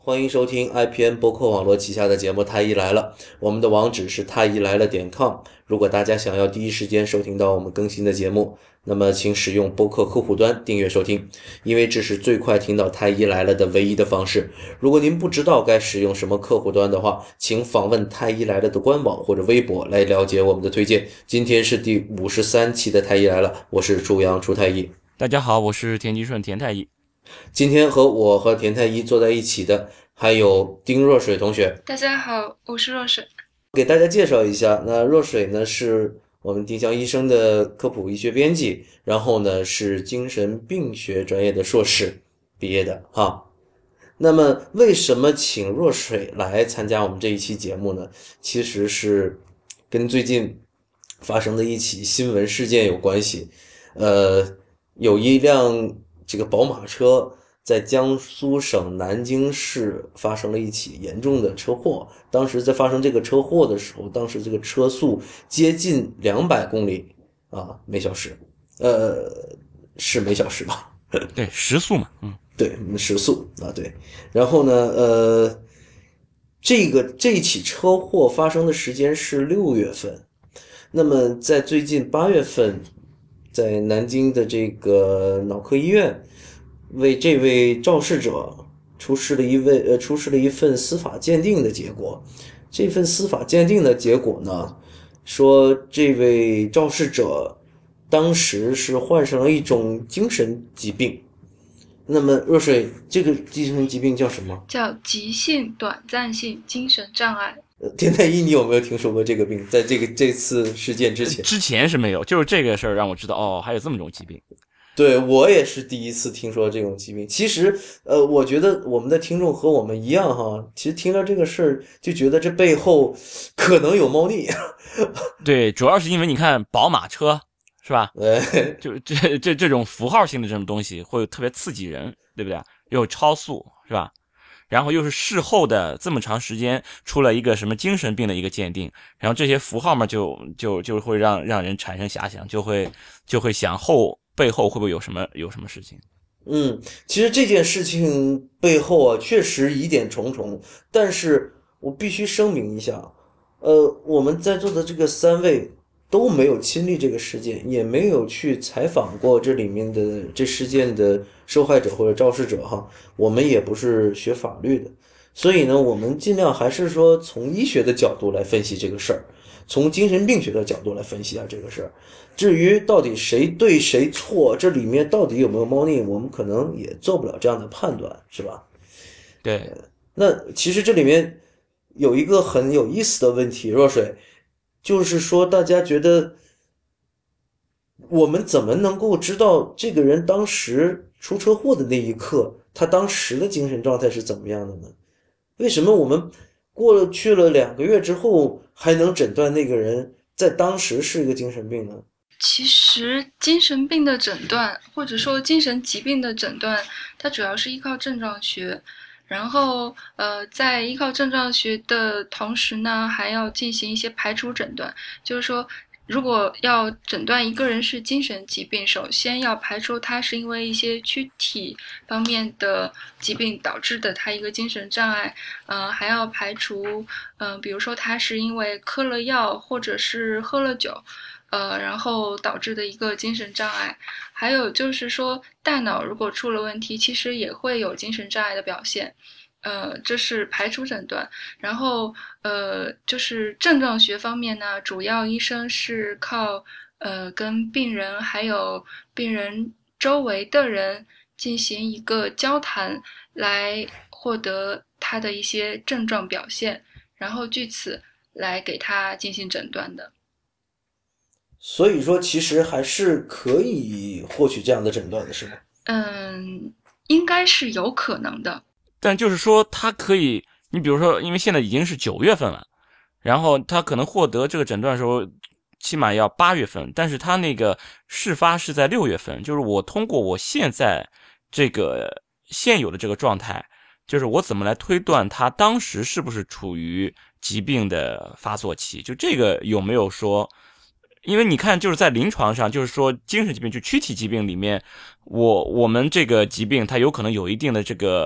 欢迎收听 IPN 播客网络旗下的节目《太医来了》，我们的网址是太医来了.com。如果大家想要第一时间收听到我们更新的节目，那么请使用播客客户端订阅收听，因为这是最快听到太医来了的唯一的方式。如果您不知道该使用什么客户端的话，请访问太医来了的官网或者微博来了解我们的推荐。今天是第53期的太医来了，我是朱阳朱太医。 大家好，我是田吉顺田太医。 今天和田太医坐在一起的还有丁若水同学。 大家好，我是若水。 给大家介绍一下，那若水呢是我们丁香医生的科普医学编辑，然后呢是精神病学专业的硕士毕业的哈。那么为什么请若水来参加我们这一期节目呢？其实是跟最近发生的一起新闻事件有关系。有一辆这个宝马车在江苏省南京市发生了一起严重的车祸。当时在发生这个车祸的时候，当时这个车速接近200公里每小时，是每小时吧？ 对，时速嘛， 对，时速对。然后呢，这一起车祸发生的时间是6月份，那么在最近8月份，在南京的这个脑科医院，为这位肇事者出示了一份司法鉴定的结果。这份司法鉴定的结果呢，说这位肇事者当时是患上了一种精神疾病。那么若水，这个精神疾病叫什么？ 叫急性短暂性精神障碍。 田太医，你有没有听说过这个病？在这次事件之前？ 之前是没有，就是这个事儿让我知道还有这么种疾病。 对，我也是第一次听说这种疾病。其实我觉得我们的听众和我们一样哈，其实听到这个事儿就觉得这背后可能有猫腻。 对，主要是因为你看宝马车是吧？就这种符号性的这种东西会特别刺激人，对不对？又超速是吧？然后又是事后的这么长时间出了一个什么精神病的一个鉴定，然后这些符号嘛就会让人产生遐想，就会想背后会不会有什么事情。 其实这件事情背后确实疑点重重，但是我必须声明一下，我们在座的这个3位都没有亲历这个事件，也没有去采访过这里面的这事件的受害者或者肇事者哈，我们也不是学法律的，所以呢，我们尽量还是说从医学的角度来分析这个事儿，从精神病学的角度来分析这个事儿。至于到底谁对谁错，这里面到底有没有猫腻，我们可能也做不了这样的判断，是吧？ 对， 那其实这里面有一个很有意思的问题，若水，就是说大家觉得我们怎么能够知道这个人当时出车祸的那一刻，他当时的精神状态是怎么样的呢？为什么我们过去了2个月之后还能诊断那个人在当时是一个精神病呢？ 其实精神病的诊断或者说精神疾病的诊断，它主要是依靠症状学，然后在依靠症状学的同时呢，还要进行一些排除诊断。就是说如果要诊断一个人是精神疾病，首先要排除他是因为一些躯体方面的疾病导致的他一个精神障碍，还要排除比如说他是因为嗑了药或者是喝了酒然后导致的一个精神障碍。还有就是说大脑如果出了问题，其实也会有精神障碍的表现。这是排除诊断。然后就是症状学方面呢，主要医生是靠跟病人还有病人周围的人进行一个交谈，来获得他的一些症状表现，然后据此来给他进行诊断的。 所以说其实还是可以获取这样的诊断的，是吗？ 应该是有可能的。 但就是说他可以，你比如说因为现在已经是9月份了，然后他可能获得这个诊断的时候起码要8月份，但是他那个事发是在6月份，就是我通过我现在这个现有的这个状态，就是我怎么来推断他当时是不是处于疾病的发作期，就这个有没有说，因为你看就是在临床上，就是说精神疾病就躯体疾病里面，我们这个疾病它有可能有一定的这个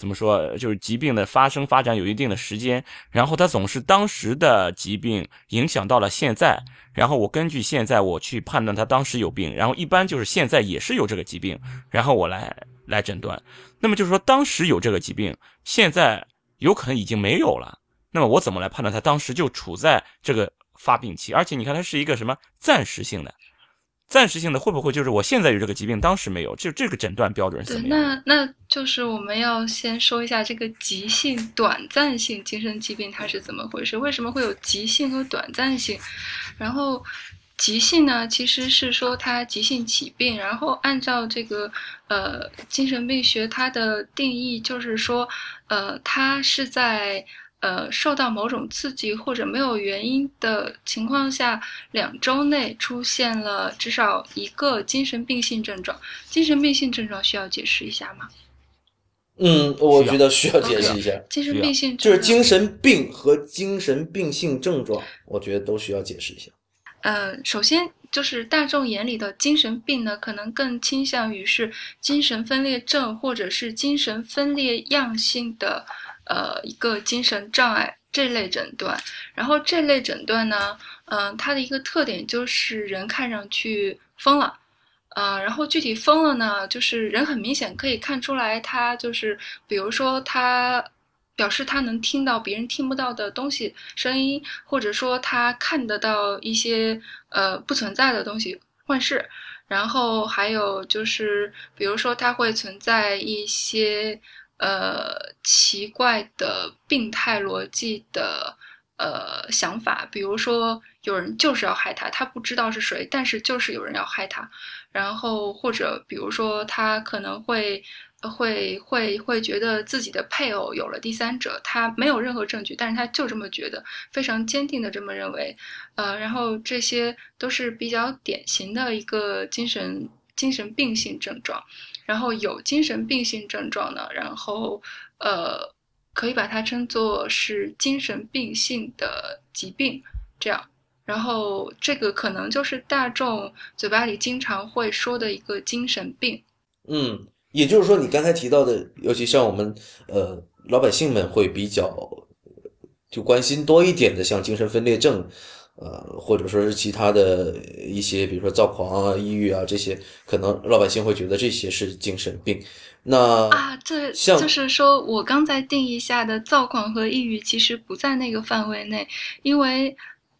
怎么说，就是疾病的发生发展有一定的时间，然后它总是当时的疾病影响到了现在，然后我根据现在我去判断他当时有病，然后一般就是现在也是有这个疾病，然后我来诊断。那么就是说当时有这个疾病，现在有可能已经没有了，那么我怎么来判断他当时就处在这个发病期？而且你看它是一个什么暂时性的，暂时性的会不会就是我现在有这个疾病，当时没有？就这个诊断标准是怎么样的？ 那就是我们要先说一下这个急性、短暂性精神疾病它是怎么回事？为什么会有急性和短暂性？然后急性呢，其实是说它急性起病，然后按照这个精神病学它的定义，就是说它是在受到某种刺激或者没有原因的情况下，2周内出现了至少一个精神病性症状。精神病性症状需要解释一下吗？ 我觉得需要解释一下。 精神病性症状就是精神病和精神病性症状，我觉得都需要解释一下。 首先就是大众眼里的精神病呢，可能更倾向于是精神分裂症或者是精神分裂样性的一个精神障碍这类诊断。然后这类诊断呢，它的一个特点就是人看上去疯了。然后具体疯了呢，就是人很明显可以看出来，他就是比如说他表示他能听到别人听不到的东西声音，或者说他看得到一些不存在的东西幻视。然后还有就是比如说他会存在一些奇怪的病态逻辑的想法，比如说有人就是要害他，他不知道是谁，但是就是有人要害他。然后或者比如说他可能会觉得自己的配偶有了第三者，他没有任何证据，但是他就这么觉得，非常坚定的这么认为。然后这些都是比较典型的一个精神病性症状。然后有精神病性症状呢，然后可以把它称作是精神病性的疾病，这样。然后这个可能就是大众嘴巴里经常会说的一个精神病。 也就是说你刚才提到的，尤其像我们老百姓们会比较就关心多一点的，像精神分裂症或者说是其他的一些比如说躁狂啊、抑郁啊，这些可能老百姓会觉得这些是精神病。那这就是说我刚才定义下的躁狂和抑郁其实不在那个范围内，因为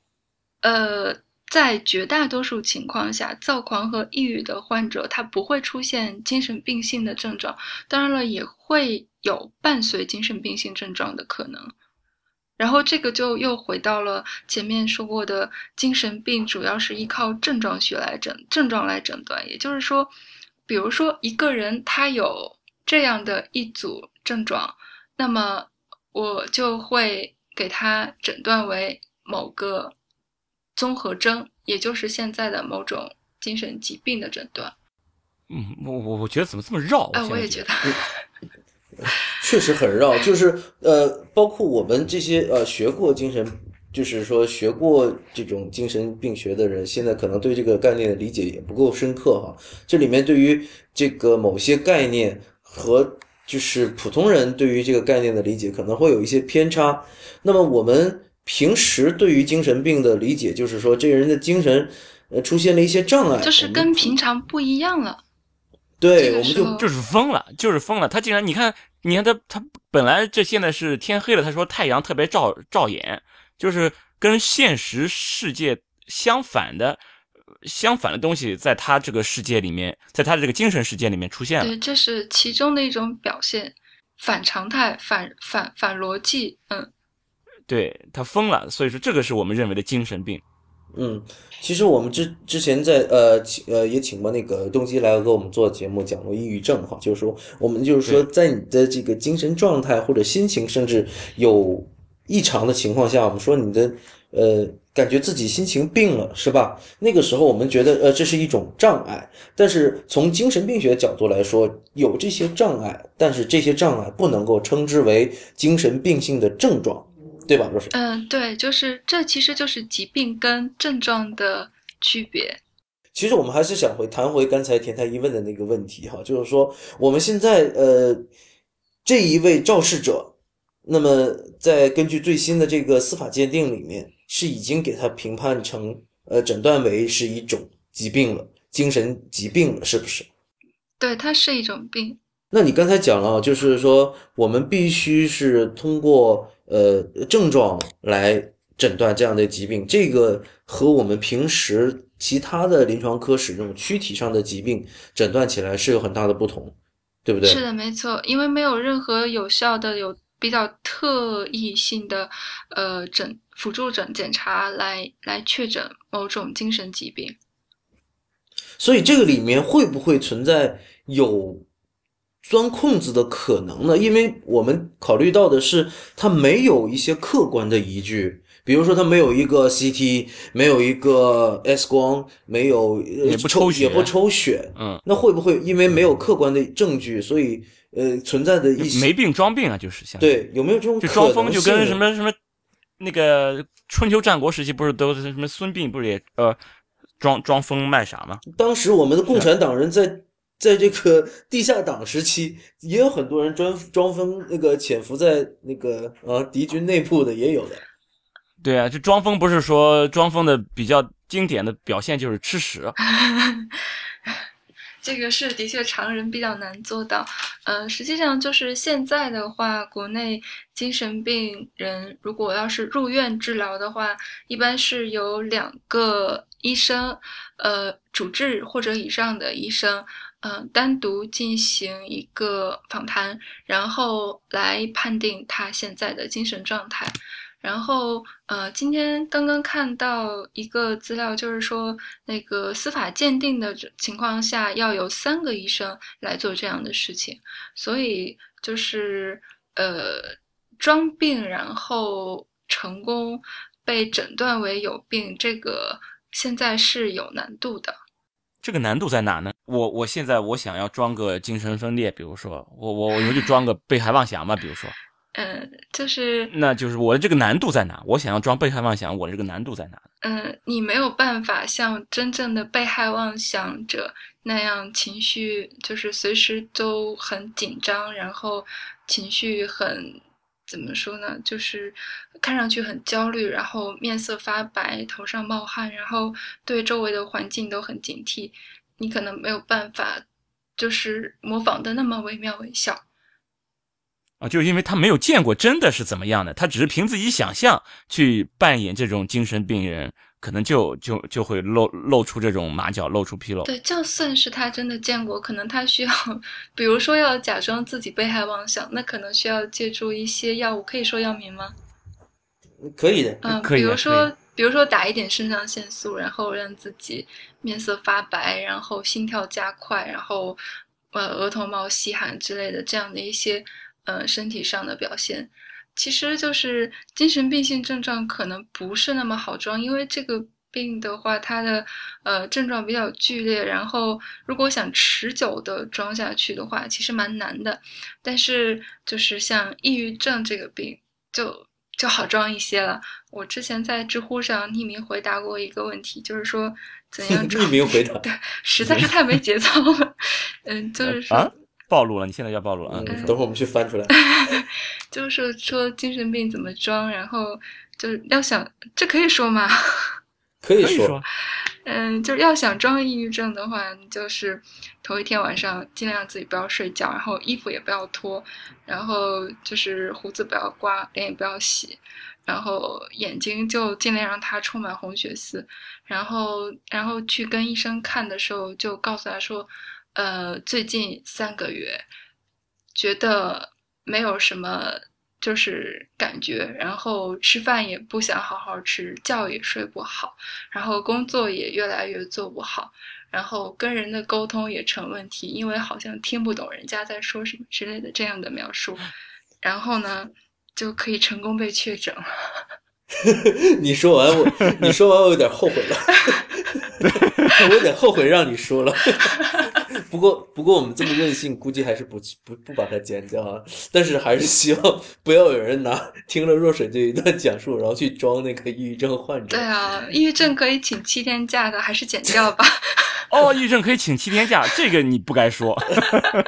在绝大多数情况下，躁狂和抑郁的患者他不会出现精神病性的症状，当然了，也会有伴随精神病性症状的可能。然后这个就又回到了前面说过的，精神病主要是依靠症状来诊断，也就是说，比如说一个人他有这样的一组症状，那么我就会给他诊断为某个综合征，也就是现在的某种精神疾病的诊断。 我觉得怎么这么绕？ 我也觉得。 确实很绕，就是包括我们这些学过精神，就是说学过这种精神病学的人，现在可能对这个概念的理解也不够深刻哈。这里面对于这个某些概念和就是普通人对于这个概念的理解可能会有一些偏差。那么我们平时对于精神病的理解，就是说这个人的精神出现了一些障碍， 就是跟平常不一样了。 对，我们就是疯了，他竟然你看他本来这现在是天黑了，他说太阳特别照眼，就是跟现实世界相反的东西，在他这个世界里面，在他这个精神世界里面出现了。 对，这是其中的一种表现，反常态，反逻辑。 对，他疯了，所以说这个是我们认为的精神病。 其实我们之前在也请过那个东基来给我们做节目，讲过抑郁症哈，就是说我们就是说在你的这个精神状态或者心情甚至有异常的情况下，我们说你的感觉自己心情病了是吧？那个时候我们觉得这是一种障碍，但是从精神病学角度来说，有这些障碍，但是这些障碍不能够称之为精神病性的症状。对吧，若水？ 对，就是这其实就是疾病跟症状的区别。 其实我们还是想谈回刚才田太医问的那个问题哈，就是说我们现在这一位肇事者，那么在根据最新的这个司法鉴定里面，是已经给他评判成诊断为是一种疾病了，精神疾病了，是不是？ 对，它是一种病。 那你刚才讲了，就是说我们必须是通过症状来诊断这样的疾病，这个和我们平时其他的临床科使用躯体上的疾病诊断起来是有很大的不同，对不对？ 是的，没错，因为没有任何有效的、有比较特异性的辅助检查来确诊某种精神疾病。 所以这个里面会不会存在有钻空子的可能呢？因为我们考虑到的是它没有一些客观的依据，比如说它没有一个 CT， 没有一个 X 光，没有也不抽血， 也不抽血，那会不会因为没有客观的证据，所以存在的一些没病装病啊，就是像对，有没有这种可能性？ 就装疯，就跟什么那个春秋战国时期不是都是什么孙膑不是也装疯卖傻吗？ 当时我们的共产党人在这个地下党时期，也有很多人装疯，那个潜伏在那个敌军内部的也有的。 对啊，就装疯不是说装疯的比较经典的表现就是吃屎。 这个是的确常人比较难做到。实际上就是现在的话，国内精神病人如果要是入院治疗的话，一般是由2个医生，主治或者以上的医生，单独进行一个访谈，然后来判定他现在的精神状态。然后今天刚刚看到一个资料，就是说那个司法鉴定的情况下，要有3个医生来做这样的事情，所以就是装病然后成功被诊断为有病，这个现在是有难度的。 这个难度在哪呢？我现在我想要装个精神分裂，比如说我就装个被害妄想嘛，比如说。那就是我的这个难度在哪？我想要装被害妄想，我的这个难度在哪？ 你没有办法像真正的被害妄想者那样情绪就是随时都很紧张，然后情绪很怎么说呢？就是看上去很焦虑，然后面色发白，头上冒汗，然后对周围的环境都很警惕。你可能没有办法就是模仿的那么惟妙惟肖。 就是因为他没有见过真的是怎么样的，他只是凭自己想象去扮演这种精神病人，可能就会露出这种马脚，露出纰漏。 对，就算是他真的见过，可能他需要，比如说要假装自己被害妄想，那可能需要借助一些药物，可以说药名吗？ 可以的， 可以。 比如说打一点肾上腺素，然后让自己面色发白，然后心跳加快，然后额头冒细汗之类的，这样的一些身体上的表现。其实就是精神病性症状可能不是那么好装，因为这个病的话，它的症状比较剧烈，然后如果想持久的装下去的话，其实蛮难的。但是就是像抑郁症这个病就好装一些了。我之前在知乎上匿名回答过一个问题，就是说怎样装匿名回答， 对，实在是太没节操了。就是说暴露了，你现在要暴露了。 等会儿我们去翻出来。 就是说精神病怎么装，然后就是要想，这可以说吗？ 可以说。 就是要想装抑郁症的话，你就是头一天晚上尽量让自己不要睡觉，然后衣服也不要脱，然后就是胡子不要刮，脸也不要洗，然后眼睛就尽量让它充满红血丝，然后去跟医生看的时候就告诉他说，最近3个月觉得没有什么就是感觉，然后吃饭也不想好好吃，觉也睡不好，然后工作也越来越做不好，然后跟人的沟通也成问题，因为好像听不懂人家在说什么之类的这样的描述，然后呢就可以成功被确诊了。 你说完我有点后悔了。我有点后悔让你说了。不过我们这么任性，估计还是不把它剪掉啊。但是还是希望不要有人听了若水这一段讲述，然后去装那个抑郁症患者。 对啊，抑郁症可以请7天假的，还是剪掉吧。 抑郁症可以请7天假，这个你不该说。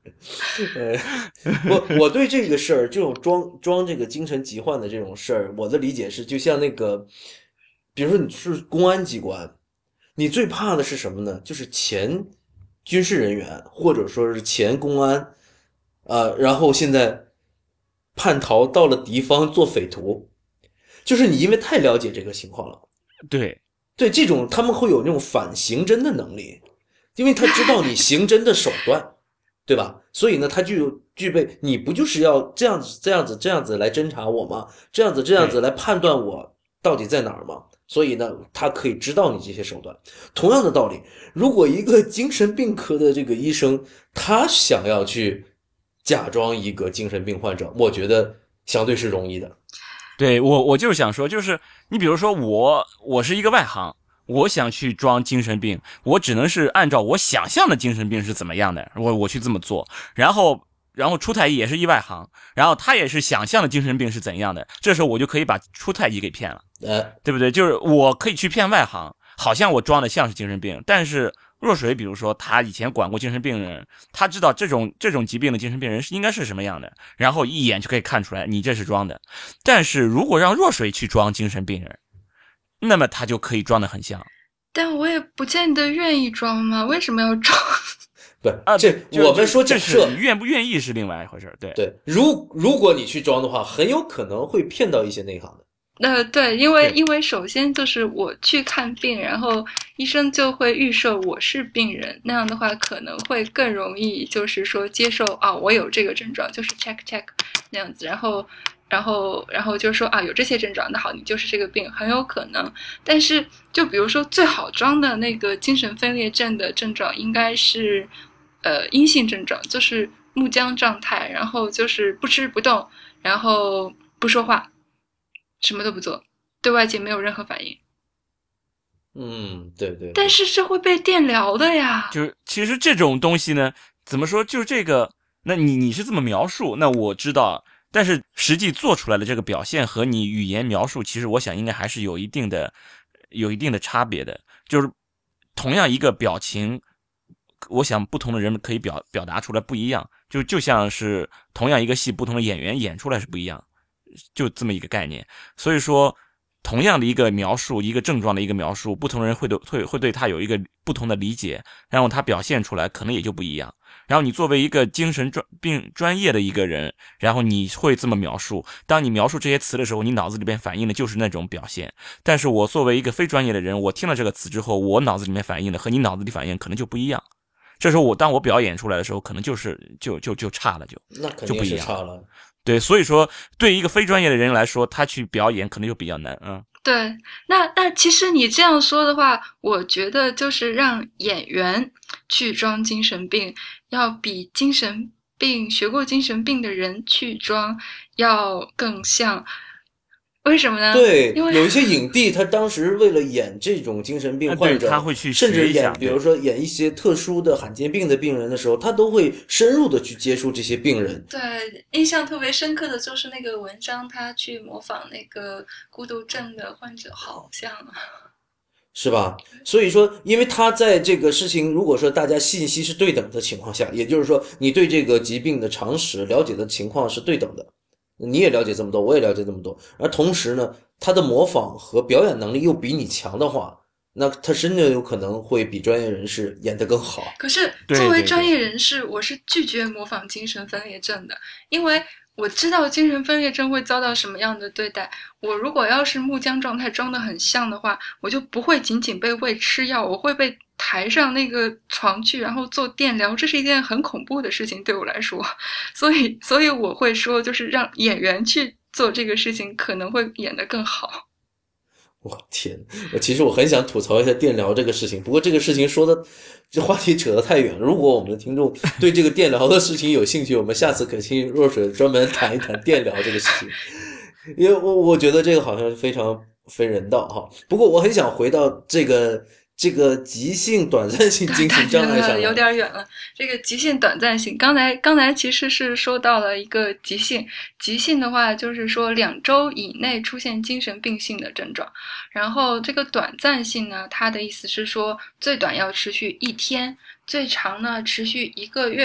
我对这个事儿，这种装这个精神疾患的这种事儿，我的理解是，就像那个，比如说你是公安机关，你最怕的是什么呢？就是前军事人员或者说是前公安，然后现在叛逃到了敌方做匪徒，就是你因为太了解这个情况了， 对， 对这种他们会有那种反刑侦的能力，因为他知道你刑侦的手段，对吧？所以呢，他就具备你不就是要这样子、这样子、这样子来侦查我吗？这样子、这样子来判断我到底在哪儿吗？所以呢，他可以知道你这些手段。同样的道理，如果一个精神病科的这个医生，他想要去假装一个精神病患者，我觉得相对是容易的。 对，我就是想说，就是你比如说我是一个外行，我想去装精神病，我只能是按照我想象的精神病是怎么样的，我去这么做，然后出太医也是一外行，然后他也是想象的精神病是怎样的，这时候我就可以把出太医给骗了，对不对？就是我可以去骗外行，好像我装的像是精神病，但是若水比如说他以前管过精神病人，他知道这种疾病的精神病人应该是什么样的，然后一眼就可以看出来你这是装的。但是如果让若水去装精神病人，那么他就可以装得很像。 但我也不见得愿意装嘛，为什么要装？ 不，我们说假设你愿不愿意是另外一回事。对， 如果你去装的话，很有可能会骗到一些内行的。 对，因为首先就是我去看病，然后医生就会预设我是病人，那样的话可能会更容易，就是说接受我有这个症状，就是 check 那样子，然后就是说有这些症状，那好，你就是这个病，很有可能。但是就比如说最好装的那个精神分裂症的症状，应该是阴性症状，就是木僵状态，然后就是不吃不动，然后不说话。什么都不做，对外界没有任何反应。 对。 但是这会被电疗的呀。 就是其实这种东西呢，怎么说？就是这个，那你是这么描述，那我知道，但是实际做出来的这个表现和你语言描述，其实我想应该还是有一定的差别的。就是同样一个表情，我想不同的人可以表达出来不一样。就像是同样一个戏，不同的演员演出来是不一样。就这么一个概念，所以说同样的一个描述，一个症状的一个描述，不同人会对他有一个不同的理解，然后他表现出来可能也就不一样。然后你作为一个精神病专业的一个人，然后你会这么描述，当你描述这些词的时候，你脑子里边反映的就是那种表现。但是我作为一个非专业的人，我听了这个词之后，我脑子里面反映的和你脑子里反映可能就不一样。这时候当我表演出来的时候，可能就差了， 那肯定是差了。 对，所以说对一个非专业的人来说，他去表演可能就比较难。 对，那其实你这样说的话，我觉得就是让演员去装精神病，要比精神病学过精神病的人去装要更像。为什么呢？ 对， 因为有一些影帝，他当时为了演这种精神病患者， 他会去甚至比如说演一些特殊的罕见病的病人的时候，他都会深入的去接触这些病人。 对，印象特别深刻的就是那个文章，他去模仿那个孤独症的患者，好像是吧？所以说，因为他在这个事情，如果说大家信息是对等的情况下，也就是说，你对这个疾病的常识了解的情况是对等的。你也了解这么多，我也了解这么多，而同时呢，他的模仿和表演能力又比你强的话，那他真的有可能会比专业人士演得更好。 可是作为专业人士，我是拒绝模仿精神分裂症的，因为我知道精神分裂症会遭到什么样的对待。我如果要是木僵状态装得很像的话，我就不会仅仅被喂吃药，我会被抬上那个床去，然后做电疗，这是一件很恐怖的事情对我来说。所以我会说，就是让演员去做这个事情，可能会演得更好。 我天，其实我很想吐槽一下电疗这个事情，不过这个事情说的这话题扯得太远了。如果我们的听众对这个电疗的事情有兴趣，我们下次可请若水专门谈一谈电疗这个事情，因为我觉得这个好像非常非人道哈。不过我很想回到这个急性短暂性精神障碍上， 有点远了。这个急性短暂性，刚才其实是说到了一个急性。急性的话，就是说2周以内出现精神病性的症状。然后这个短暂性呢，它的意思是说，最短要持续1天，最长呢持续1个月。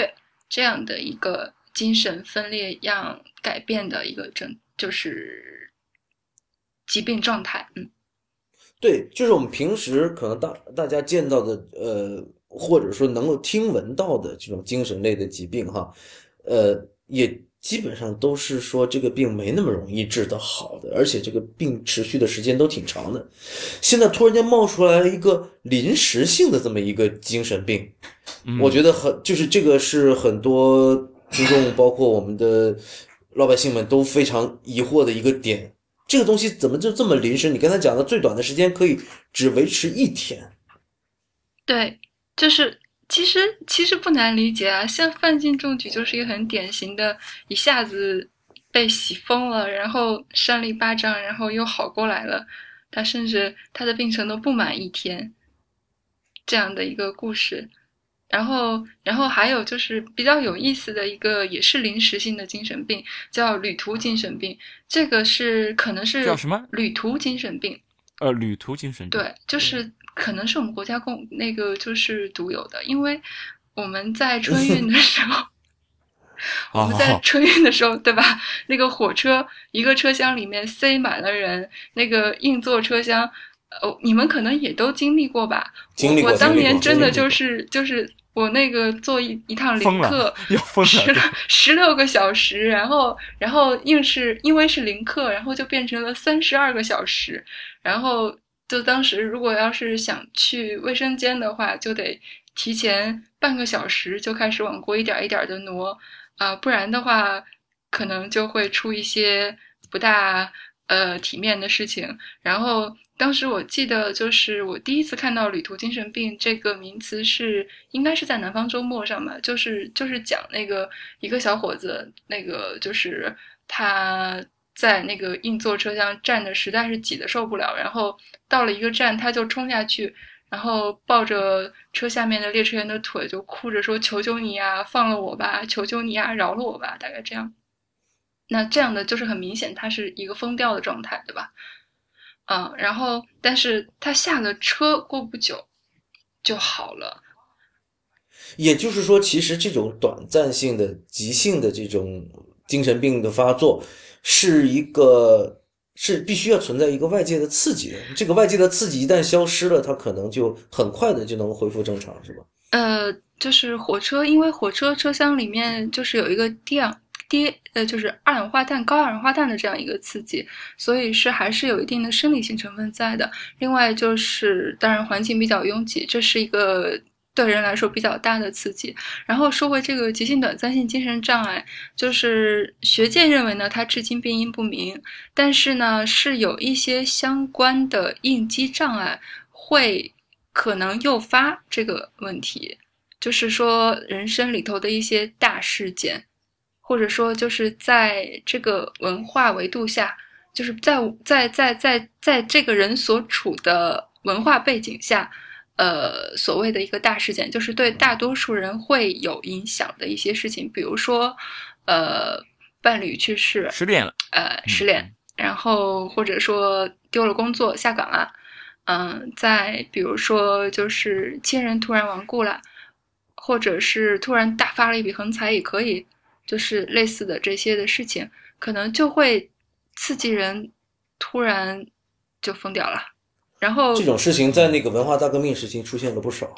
这样的一个精神分裂样改变的一个就是疾病状态。 对，就是我们平时可能大家见到的，或者说能够听闻到的这种精神类的疾病哈，也基本上都是说这个病没那么容易治得好的，而且这个病持续的时间都挺长的。现在突然间冒出来一个临时性的这么一个精神病，我觉得就是这个是很多听众，包括我们的老百姓们都非常疑惑的一个点。这个东西怎么就这么临时？你刚才讲的最短的时间可以只维持1天。 对，就是其实不难理解啊，像范进中举就是一个很典型的，一下子被洗疯了，然后扇了一巴掌，然后又好过来了，他甚至他的病程都不满1天，这样的一个故事。然后还有就是比较有意思的一个，也是临时性的精神病，叫旅途精神病。这个可能是叫什么？ 旅途精神病。 旅途精神病。 对，就是可能是我们国家就是独有的，因为我们在春运的时候，我们在春运的时候，对吧？那个火车一个车厢里面塞满了人，那个硬座车厢。你们可能也都经历过吧？我当年真的就是我那个坐一趟零课， 要疯了 16个小时，然后硬是因为是零课，然后就变成了32个小时，然后就当时如果要是想去卫生间的话，就得提前半个小时就开始往过一点一点的挪不然的话可能就会出一些不大体面的事情，然后。当时我记得，就是我第一次看到旅途精神病这个名词应该是在南方周末上吧，就是讲那个一个小伙子，那个就是他在那个硬座车厢站的实在是挤得受不了，然后到了一个站他就冲下去，然后抱着车下面的列车员的腿就哭着说：“求求你呀，放了我吧！求求你呀，饶了我吧！”大概这样。那这样的就是很明显，他是一个疯掉的状态，对吧？然后但是他下了车过不久就好了。 也就是说，其实这种短暂性的急性的这种精神病的发作是必须要存在一个外界的刺激的，这个外界的刺激一旦消失了，它可能就很快的就能恢复正常，是吧？ 就是火车，因为火车车厢里面就是有一个就是二氧化碳、高二氧化碳的这样一个刺激，所以还是有一定的生理性成分在的。另外就是当然环境比较拥挤，这是一个对人来说比较大的刺激。然后说回这个急性短暂性精神障碍，就是学界认为呢它至今病因不明，但是呢是有一些相关的应激障碍会可能诱发这个问题，就是说人生里头的一些大事件，或者说就是在这个文化维度下，就是在这个人所处的文化背景下，所谓的一个大事件，就是对大多数人会有影响的一些事情，比如说伴侣去世， 失恋了， 失恋，然后或者说丢了工作下岗了，再比如说就是亲人突然亡故了，或者是突然大发了一笔横财也可以。就是类似的这些的事情，可能就会刺激人突然就疯掉了。然后这种事情在那个文化大革命时期出现了不少。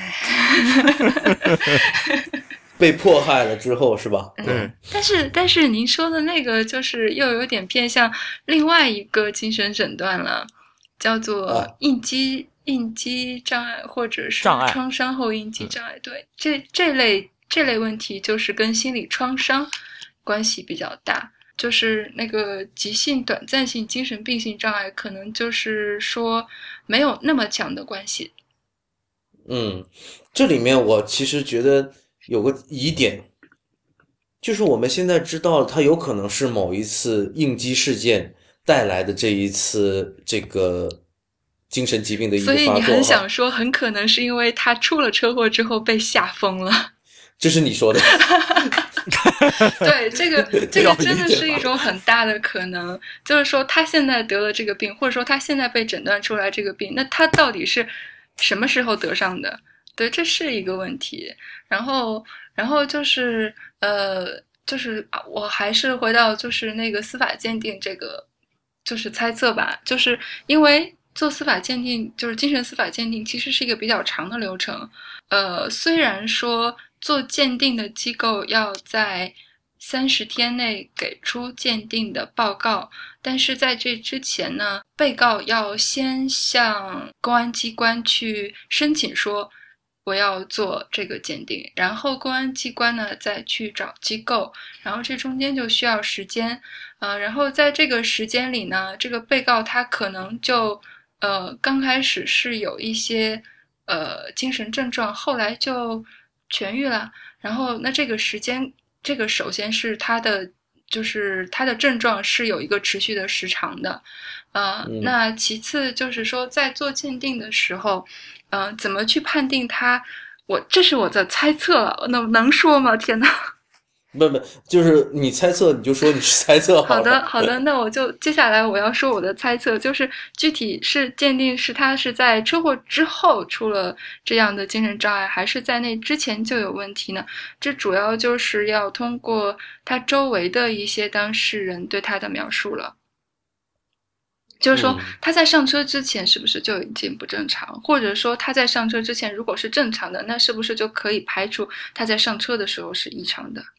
被迫害了之后是吧？ 对。 但是您说的那个就是又有点偏向另外一个精神诊断了，叫做应激障碍或者是创伤后应激障碍。对，这类问题就是跟心理创伤关系比较大，就是那个急性短暂性精神病性障碍可能就是说没有那么强的关系。 这里面我其实觉得有个疑点，就是我们现在知道它有可能是某一次应激事件带来的这一次这个精神疾病的一个发作。 所以你很想说很可能是因为他出了车祸之后被吓疯了。 这是你说的。 对，这个真的是一种很大的可能，就是说他现在得了这个病，或者说他现在被诊断出来这个病，那他到底是什么时候得上的？对，这是一个问题。然后然后就是我还是回到就是那个司法鉴定这个就是猜测吧，就是因为做司法鉴定就是精神司法鉴定其实是一个比较长的流程，虽然说做鉴定的机构要在30天内给出鉴定的报告，但是在这之前呢，被告要先向公安机关去申请说我要做这个鉴定，然后公安机关呢再去找机构，然后这中间就需要时间，然后在这个时间里呢，这个被告他可能就刚开始是有一些精神症状，后来就痊愈了，然后那这个时间。这个首先是他的症状是有一个持续的时长的，那其次就是说在做鉴定的时候，怎么去判定他？这是我的猜测了，能说吗？天哪！ 不，就是你猜测你就说你是猜测好了。 好的，那我就接下来我要说我的猜测，就是具体是鉴定是他是在车祸之后出了这样的精神障碍，还是在那之前就有问题呢？这主要就是要通过他周围的一些当事人对他的描述了。就是说他在上车之前是不是就已经不正常，或者说他在上车之前如果是正常的，那是不是就可以排除他在上车的时候是异常的？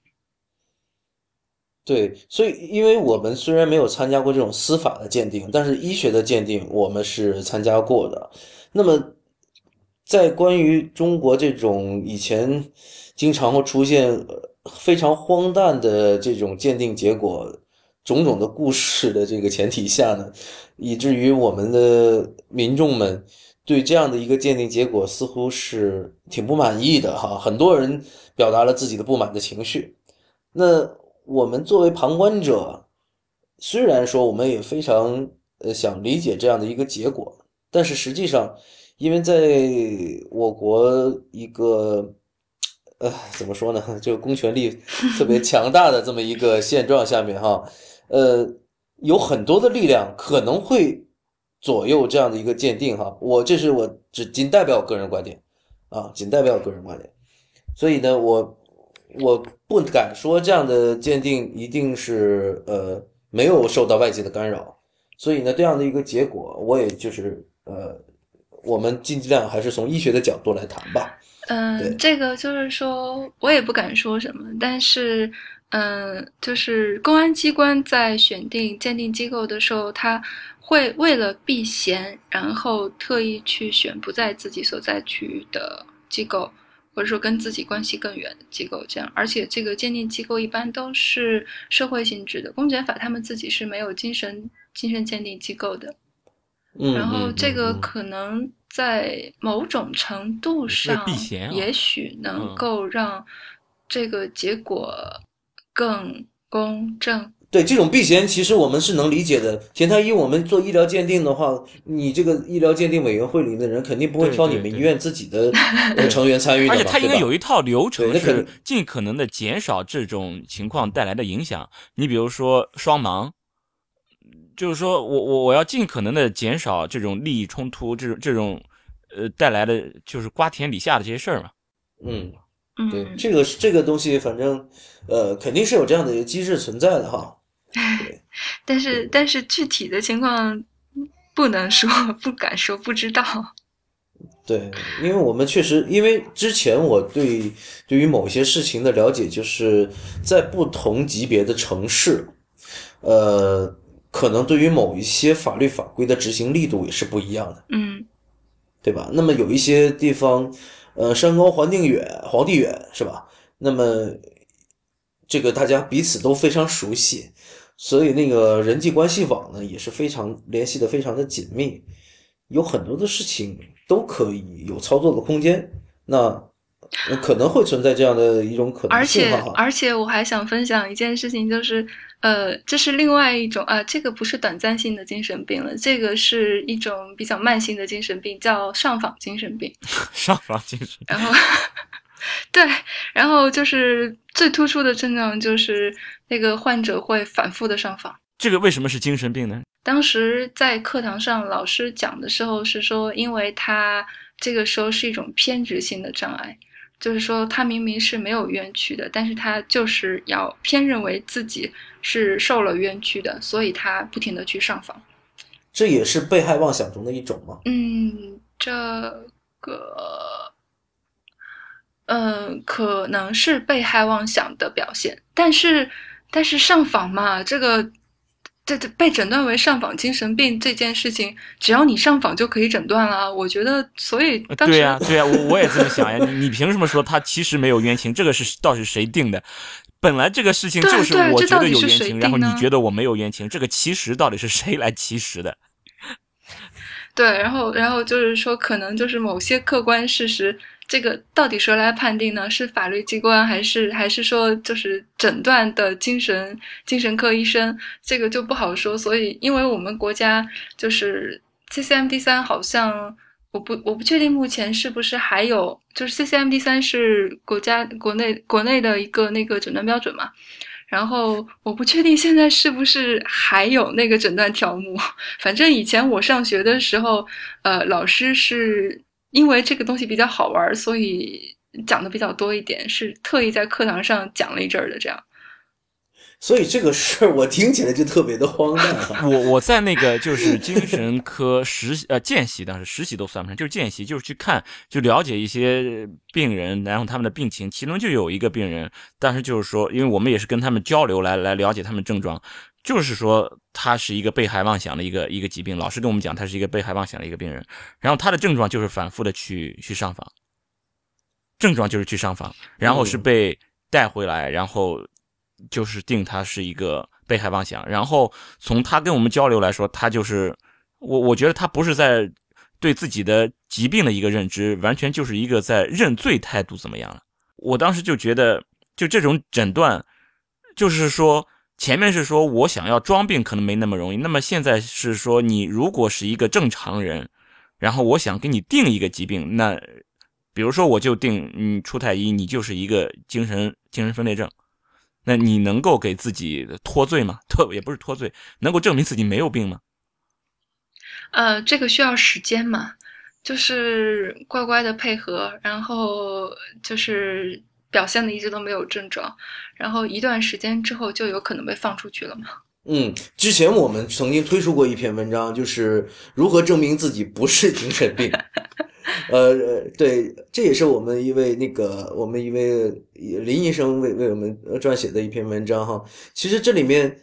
对，所以因为我们虽然没有参加过这种司法的鉴定，但是医学的鉴定我们是参加过的。那么在关于中国这种以前经常会出现非常荒诞的这种鉴定结果种种的故事的这个前提下呢，以至于我们的民众们对这样的一个鉴定结果似乎是挺不满意的哈，很多人表达了自己的不满的情绪。那我们作为旁观者，虽然说我们也非常想理解这样的一个结果，但是实际上，因为在我国一个怎么说呢，就公权力特别强大的这么一个现状下面哈，有很多的力量可能会左右这样的一个鉴定哈。这是我仅代表我个人观点啊，仅代表我个人观点。所以呢，我不敢说这样的鉴定一定是没有受到外界的干扰，所以呢，这样的一个结果，我也就是我们尽量还是从医学的角度来谈吧。 这个就是说我也不敢说什么，但是就是公安机关在选定鉴定机构的时候，他会为了避嫌，然后特意去选不在自己所在区域的机构，或者说跟自己关系更远的机构，这样。而且这个鉴定机构一般都是社会性质的，公检法他们自己是没有精神鉴定机构的。然后这个可能在某种程度上，也许能够让这个结果更公正。 对，这种避嫌其实我们是能理解的。田太医，我们做医疗鉴定的话，你这个医疗鉴定委员会里的人肯定不会挑你们医院自己的成员参与的嘛， 而且他应该有一套流程， 是尽可能的减少这种情况带来的影响。你比如说双盲，就是说我要尽可能的减少这种利益冲突，这种带来的就是瓜田李下的这些事儿嘛。 对，这个东西反正肯定是有这样的一个机制存在的哈。 但是具体的情况不能说，不敢说，不知道。 对，因为我们确实，因为之前我对于某些事情的了解，就是在不同级别的城市，可能对于某一些法律法规的执行力度也是不一样的，对吧？那么有一些地方，山高皇帝远，是吧？那么这个大家彼此都非常熟悉，所以那个人际关系网呢也是联系的非常的紧密，有很多的事情都可以有操作的空间。那可能会存在这样的一种可能性而且我还想分享一件事情，就是这是另外一种这个不是短暂性的精神病了，这个是一种比较慢性的精神病，叫上访精神病。 上访精神病。 然后对，然后就是最突出的症状就是那个患者会反复的上访。 这个为什么是精神病呢？ 当时在课堂上老师讲的时候是说，因为他这个时候是一种偏执性的障碍， 就是说他明明是没有冤屈的，但是他就是要偏认为自己是受了冤屈的，所以他不停的去上访。 这也是被害妄想中的一种吗？ 这个可能是被害妄想的表现，但是上访嘛，这被诊断为上访精神病这件事情，只要你上访就可以诊断了。我觉得，所以当时对呀，我也这么想呀。你凭什么说他其实没有冤情？这个是到底谁定的？本来这个事情就是我觉得有冤情，然后你觉得我没有冤情，这个其实到底是谁来其实的？ 对，然后就是说，可能就是某些客观事实，这个到底谁来判定呢？是法律机关还是说就是诊断的精神科医生？这个就不好说。所以，因为我们国家就是 CCMD3 好像我不确定目前是不是还有，就是 CCMD3 是国内的一个那个诊断标准嘛。然后我不确定现在是不是还有那个诊断条目，反正以前我上学的时候，老师是因为这个东西比较好玩，所以讲的比较多一点，是特意在课堂上讲了一阵儿的这样。 所以这个事儿我听起来就特别的荒诞哈。 我在那个就是精神科见习，当时实习都算不上，就是见习，就是去看，就了解一些病人，然后他们的病情。其中就有一个病人，当时就是说，因为我们也是跟他们交流来了解他们症状，就是说他是一个被害妄想的一个疾病。老师跟我们讲，他是一个被害妄想的一个病人，然后他的症状就是反复的去上访，症状就是去上访，然后是被带回来，然后就是定他是一个被害妄想。然后从他跟我们交流来说，他就是我觉得他不是在对自己的疾病的一个认知，完全就是一个在认罪态度怎么样了。我当时就觉得，就这种诊断，就是说前面是说我想要装病可能没那么容易，那么现在是说你如果是一个正常人，然后我想给你定一个疾病，那比如说我就定你出太医，你就是一个精神分裂症，那你能够给自己脱罪吗？也不是脱罪，能够证明自己没有病吗？ 这个需要时间嘛，就是乖乖的配合，然后就是表现的一直都没有症状，然后一段时间之后就有可能被放出去了嘛。 之前我们曾经推出过一篇文章，就是如何证明自己不是精神病。对，这也是我们一位林医生为我们撰写的一篇文章哈。其实这里面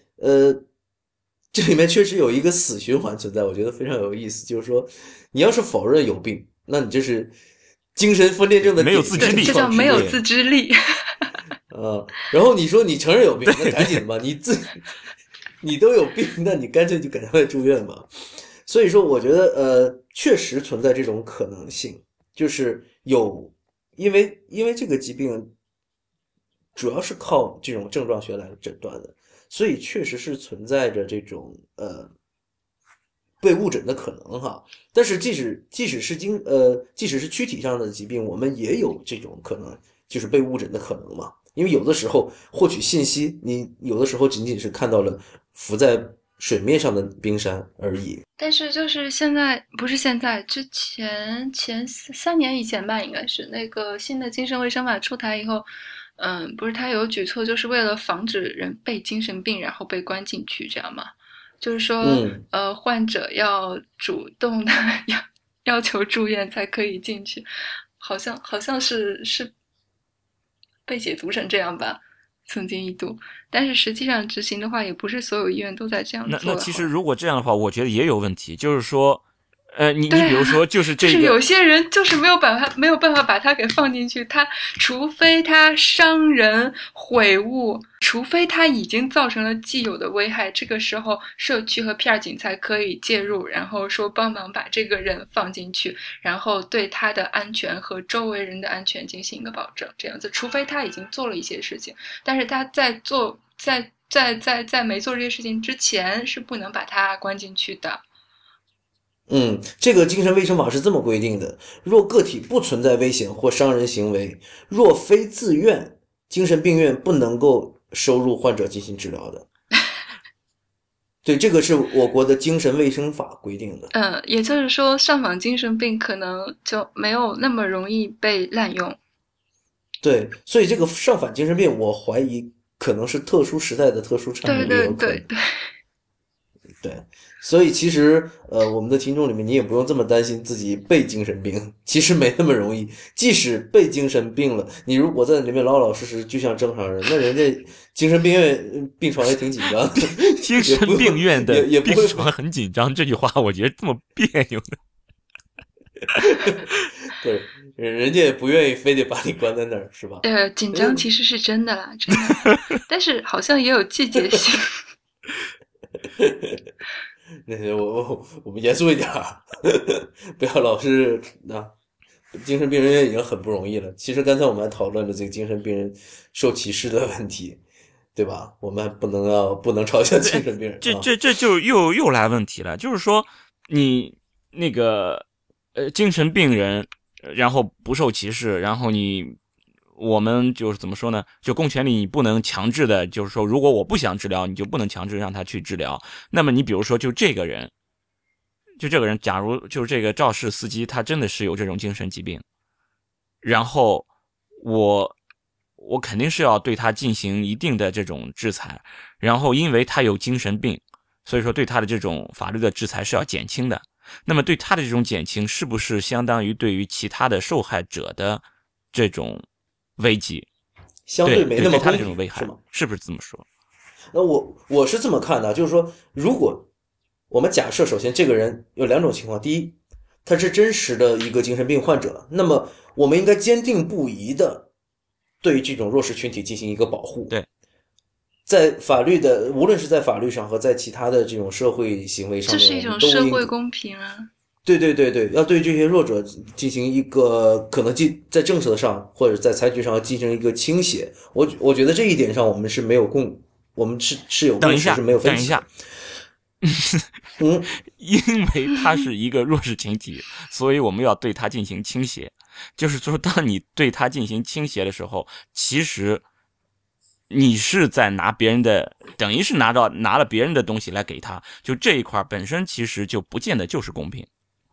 确实有一个死循环存在，我觉得非常有意思。就是说，你要是否认有病，那你就是精神分裂症的没有自知力， 这叫没有自知力。 然后你说你承认有病，那赶紧吧，你都有病，那你干脆就赶快住院吧。所以说，我觉得确实存在这种可能性，就是因为这个疾病主要是靠这种症状学来诊断的，所以确实是存在着这种被误诊的可能哈。但是即使是躯体上的疾病，我们也有这种可能，就是被误诊的可能嘛。因为有的时候获取信息，你有的时候仅仅是看到了浮在水面上的冰山而已。 但是就是不是现在，之前3年以前吧，应该是那个新的精神卫生法出台以后，不是他有举措，就是为了防止人被精神病然后被关进去，这样吗？就是说，患者要主动的要求住院才可以进去，好像是被解读成这样吧，曾经一度，但是实际上执行的话，也不是所有医院都在这样做。 那其实如果这样的话，我觉得也有问题，就是说，你比如说，就是这个， 就是有些人就是没有办法把它给放进去，除非他伤人毁物，除非他已经造成了既有的危害，这个时候社区和片警才可以介入，然后说帮忙把这个人放进去，然后对他的安全和周围人的安全进行一个保证，这样子，除非他已经做了一些事情，但是他在没做这些事情之前是不能把他关进去的。 这个精神卫生法是这么规定的：若个体不存在危险或伤人行为，若非自愿，精神病院不能够收入患者进行治疗的。对，这个是我国的精神卫生法规定的。 也就是说，上访精神病可能就没有那么容易被滥用。 对，所以这个上反精神病，我怀疑可能是特殊时代的特殊产物，也对有可能。 对对。 对，所以其实我们的听众里面，你也不用这么担心自己被精神病，其实没那么容易。即使被精神病了，你如果在里面老老实实，就像正常人，那人家精神病院病床也挺紧张的， 精神病院的也不会病床很紧张，这句话我觉得这么别扭的。 对，人家也不愿意非得把你关在那儿，是吧？ 紧张其实是真的啦，真的，但是好像也有季节性。 那些我们严肃一点不要老是精神病人已经很不容易了。其实刚才我们还讨论了这个精神病人受歧视的问题，对吧？我们还不能嘲笑精神病人。 这就又来问题了，就是说你那个精神病人，然后不受歧视，然后我们就是怎么说呢？就公权力你不能强制的，就是说，如果我不想治疗，你就不能强制让他去治疗。那么你比如说，就这个人，假如就是这个肇事司机，他真的是有这种精神疾病，然后我肯定是要对他进行一定的这种制裁，然后因为他有精神病，所以说对他的这种法律的制裁是要减轻的。那么对他的这种减轻，是不是相当于对于其他的受害者的这种危机相对没那么他的这种危害， 是吗？ 是不是这么说？ 那我是这么看的，就是说，如果我们假设，首先这个人有两种情况：第一，他是真实的一个精神病患者，那么我们应该坚定不移的对于这种弱势群体进行一个保护。 对， 在法律的，无论是在法律上和在其他的这种社会行为上面， 这是一种社会公平啊。 对，要对这些弱者进行一个可能在政策上或者在采取上进行一个倾斜。我觉得这一点上我们是没有我们是有共识，是没有分歧的。 因为他是一个弱势群体，所以我们要对他进行倾斜。就是说，当你对他进行倾斜的时候，其实你是在拿别人的，等于是拿了别人的东西来给他，就这一块本身其实就不见得就是公平。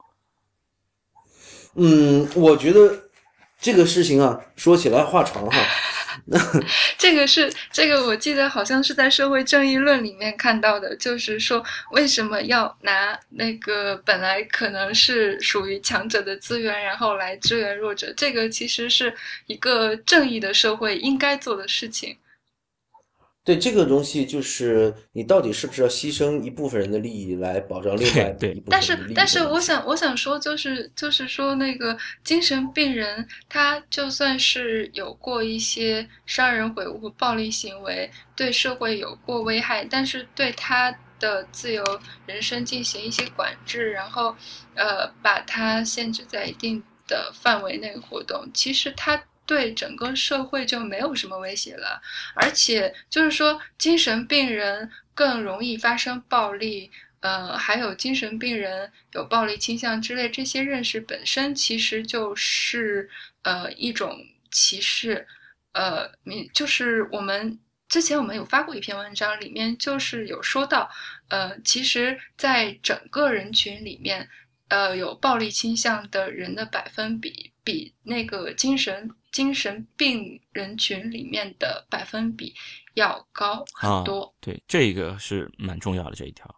我觉得这个事情啊，说起来话长哈。 这个我记得好像是在社会正义论里面看到的，就是说为什么要拿那个本来可能是属于强者的资源，然后来支援弱者，这个其实是一个正义的社会应该做的事情。 对，这个东西就是你到底是不是要牺牲一部分人的利益来保障另外一部分人的利益。 但是我想说就是说那个精神病人他就算是有过一些杀人毁物暴力行为，对社会有过危害，但是对他的自由人生进行一些管制，然后把他限制在一定的范围内活动，其实他对整个社会就没有什么威胁了。而且就是说精神病人更容易发生暴力，还有精神病人有暴力倾向之类，这些认识本身其实就是一种歧视。就是之前我们有发过一篇文章，里面就是有说到其实在整个人群里面有暴力倾向的人的百分比比那个精神病人群里面的百分比要高很多。 对，这个是蛮重要的这一条。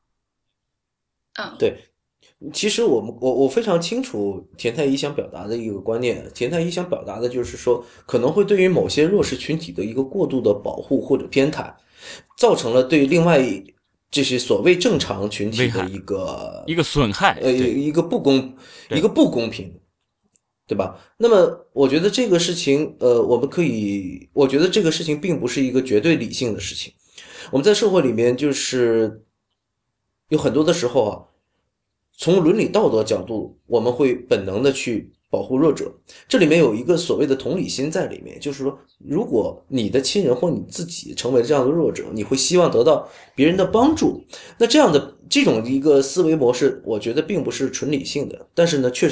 对，其实我非常清楚田太医想表达的一个观念。田太医想表达的就是说，可能会对于某些弱势群体的一个过度的保护或者偏袒，造成了对另外这些所谓正常群体的一个损害， 一个不公平。对吧？那么我觉得这个事情，我觉得这个事情并不是一个绝对理性的事情。我们在社会里面，就是有很多的时候啊，从伦理道德角度，我们会本能的去保护弱者。这里面有一个所谓的同理心在里面，就是说，如果你的亲人或你自己成为这样的弱者，你会希望得到别人的帮助。那这种一个思维模式，我觉得并不是纯理性的，但是呢，确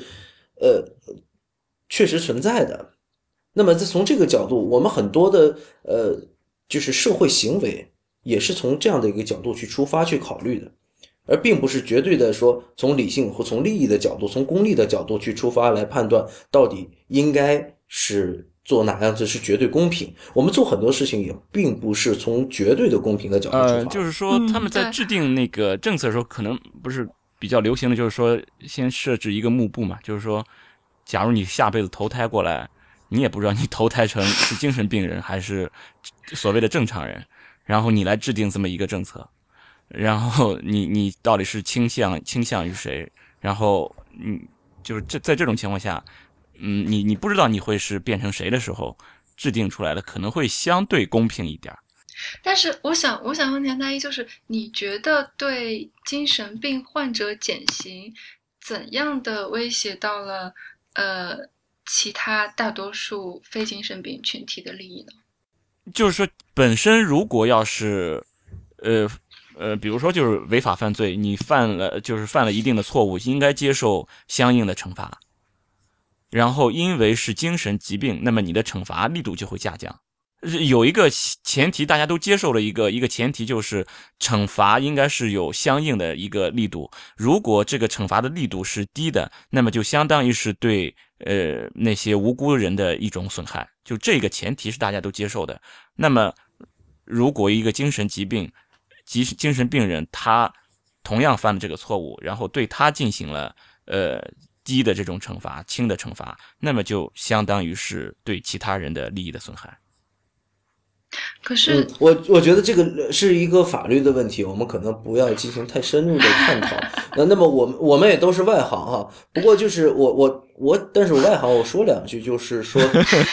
实存在的。那么从这个角度，我们很多的就是社会行为也是从这样的一个角度去出发去考虑的，而并不是绝对的说从理性或从利益的角度、从功利的角度去出发来判断到底应该是做哪样子是绝对公平。我们做很多事情也并不是从绝对的公平的角度出发。 就是说他们在制定那个政策的时候，可能不是比较流行的，就是说先设置一个幕布嘛，就是说，假如你下辈子投胎过来，你也不知道你投胎成是精神病人还是所谓的正常人，然后你来制定这么一个政策，然后你到底是倾向于谁，然后就是在这种情况下，你不知道你会是变成谁的时候，制定出来的可能会相对公平一点。 但是我想问田大一，就是你觉得对精神病患者减刑怎样的威胁到了其他大多数非精神病群体的利益呢？ 就是说本身如果要是比如说就是违法犯罪，你犯了一定的错误，应该接受相应的惩罚，然后因为是精神疾病，那么你的惩罚力度就会下降。有一个前提大家都接受了，一个前提就是惩罚应该是有相应的一个力度，如果这个惩罚的力度是低的，那么就相当于是对那些无辜人的一种损害，就这个前提是大家都接受的。那么如果一个精神病人他同样犯了这个错误，然后对他进行了低的这种惩罚，轻的惩罚，那么就相当于是对其他人的利益的损害。 可是， 我觉得这个是一个法律的问题，我们可能不要进行太深入的探讨。那么我们也都是外行哈，不过就是但是我外行，我说两句，就是说，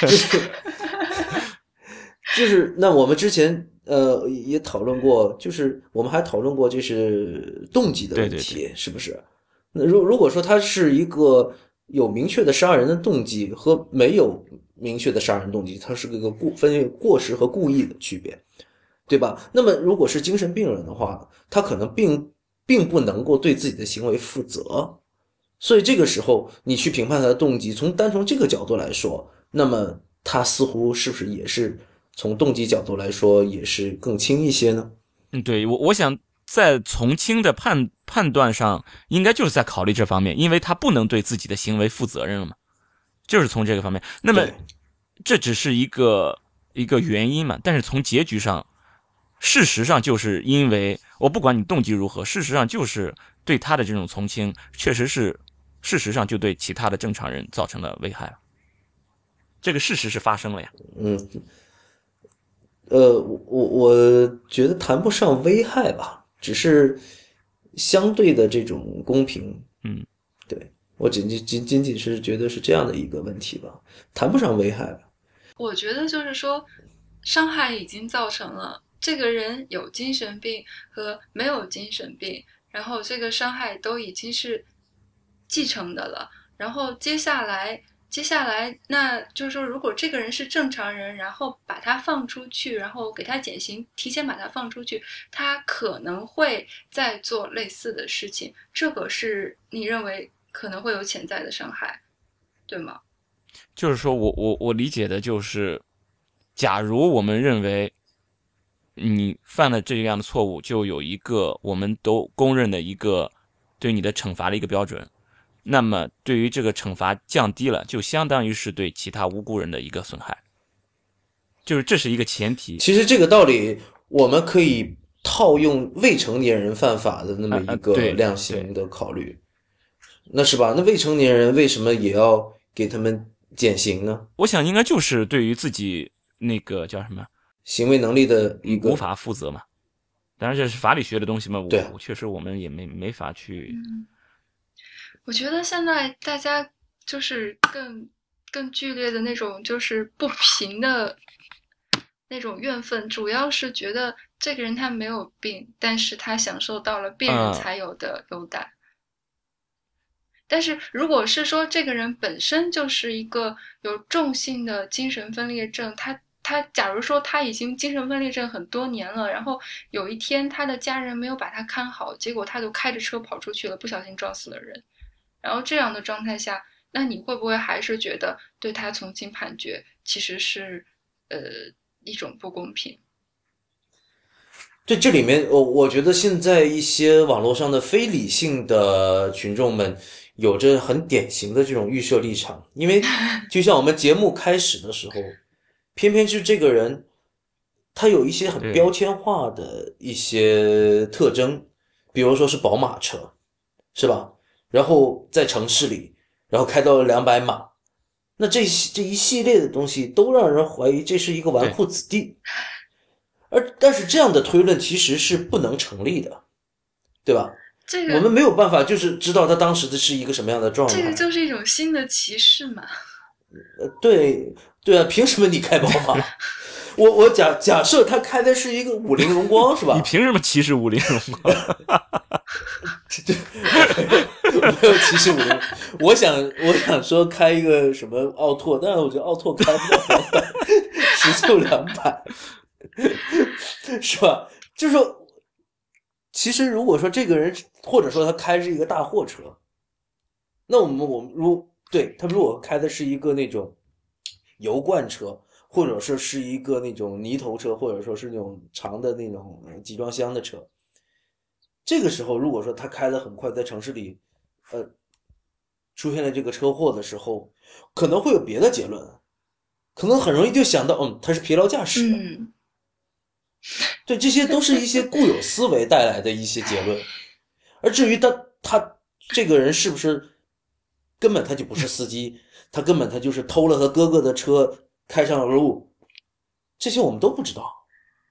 就是那我们之前也讨论过，就是我们还讨论过就是动机的问题， 对， 是不是？那如果说他是一个有明确的杀人的动机和没有明确的杀人动机，它是个分为过失和故意的区别，对吧？那么如果是精神病人的话，他可能并不能够对自己的行为负责，所以这个时候你去评判他的动机，单从这个角度来说，那么他似乎是不是也是从动机角度来说也是更轻一些呢？ 对，我想在从轻的判断上，应该就是在考虑这方面，因为他不能对自己的行为负责任了嘛，就是从这个方面。那么这只是一个原因嘛，但是从结局上，事实上就是因为我不管你动机如何，事实上就是对他的这种从轻，确实是事实上就对其他的正常人造成了危害了。这个事实是发生了呀。 我觉得谈不上危害吧，只是相对的这种公平。对，我仅仅是觉得是这样的一个问题吧，谈不上危害吧。 我觉得就是说，伤害已经造成了，这个人有精神病和没有精神病，然后这个伤害都已经是继承的了，然后接下来，那就是说，如果这个人是正常人，然后把他放出去，然后给他减刑，提前把他放出去，他可能会再做类似的事情，这个是你认为可能会有潜在的伤害，对吗？ 就是说我理解的就是，假如我们认为你犯了这样的错误，就有一个我们都公认的一个对你的惩罚的一个标准，那么对于这个惩罚降低了，就相当于是对其他无辜人的一个损害，就是这是一个前提。 其实这个道理我们可以套用未成年人犯法的那么一个量刑的考虑，那是吧？那未成年人为什么也要给他们减刑呢？ 我想应该就是对于自己那个叫什么行为能力的一个无法负责嘛。当然这是法理学的东西嘛， 对， 确实我们也没法去。 我觉得现在大家就是更剧烈的那种就是不平的那种怨愤，主要是觉得这个人他没有病，但是他享受到了病人才有的优待。但是如果是说这个人本身就是一个有重性的精神分裂症，他假如说他已经精神分裂症很多年了，然后有一天他的家人没有把他看好，结果他就开着车跑出去了，不小心撞死了人，然后这样的状态下，那你会不会还是觉得对他从轻判决其实是一种不公平？ 对，这里面我觉得现在一些网络上的非理性的群众们有着很典型的这种预设立场，因为就像我们节目开始的时候，偏偏是这个人，他有一些很标签化的一些特征，比如说是宝马车，是吧？然后在城市里，然后开到了200码，那这一系列的东西都让人怀疑这是一个纨绔子弟，但是这样的推论其实是不能成立的，对吧？我们没有办法就是知道他当时的是一个什么样的状态。 这个就是一种新的歧视嘛。 对啊，凭什么你开宝马？我假设他开的是一个50荣光，是吧？ 你凭什么歧视50荣光？ 没有歧视50，我想说开一个什么奥拓，但是我觉得奥拓开不到200，时速200，是吧？就是说，其实如果说这个人，或者说他开是一个大货车，那我们对他如果开的是一个那种油罐车，或者是一个那种泥头车，或者说是那种长的那种集装箱的车，这个时候如果说他开得很快，在城市里出现了这个车祸的时候，可能会有别的结论，可能很容易就想到他是疲劳驾驶。对，这些都是一些固有思维带来的一些结论。而至于他这个人是不是根本他就不是司机，他根本他就是偷了他哥哥的车开上了路，这些我们都不知道。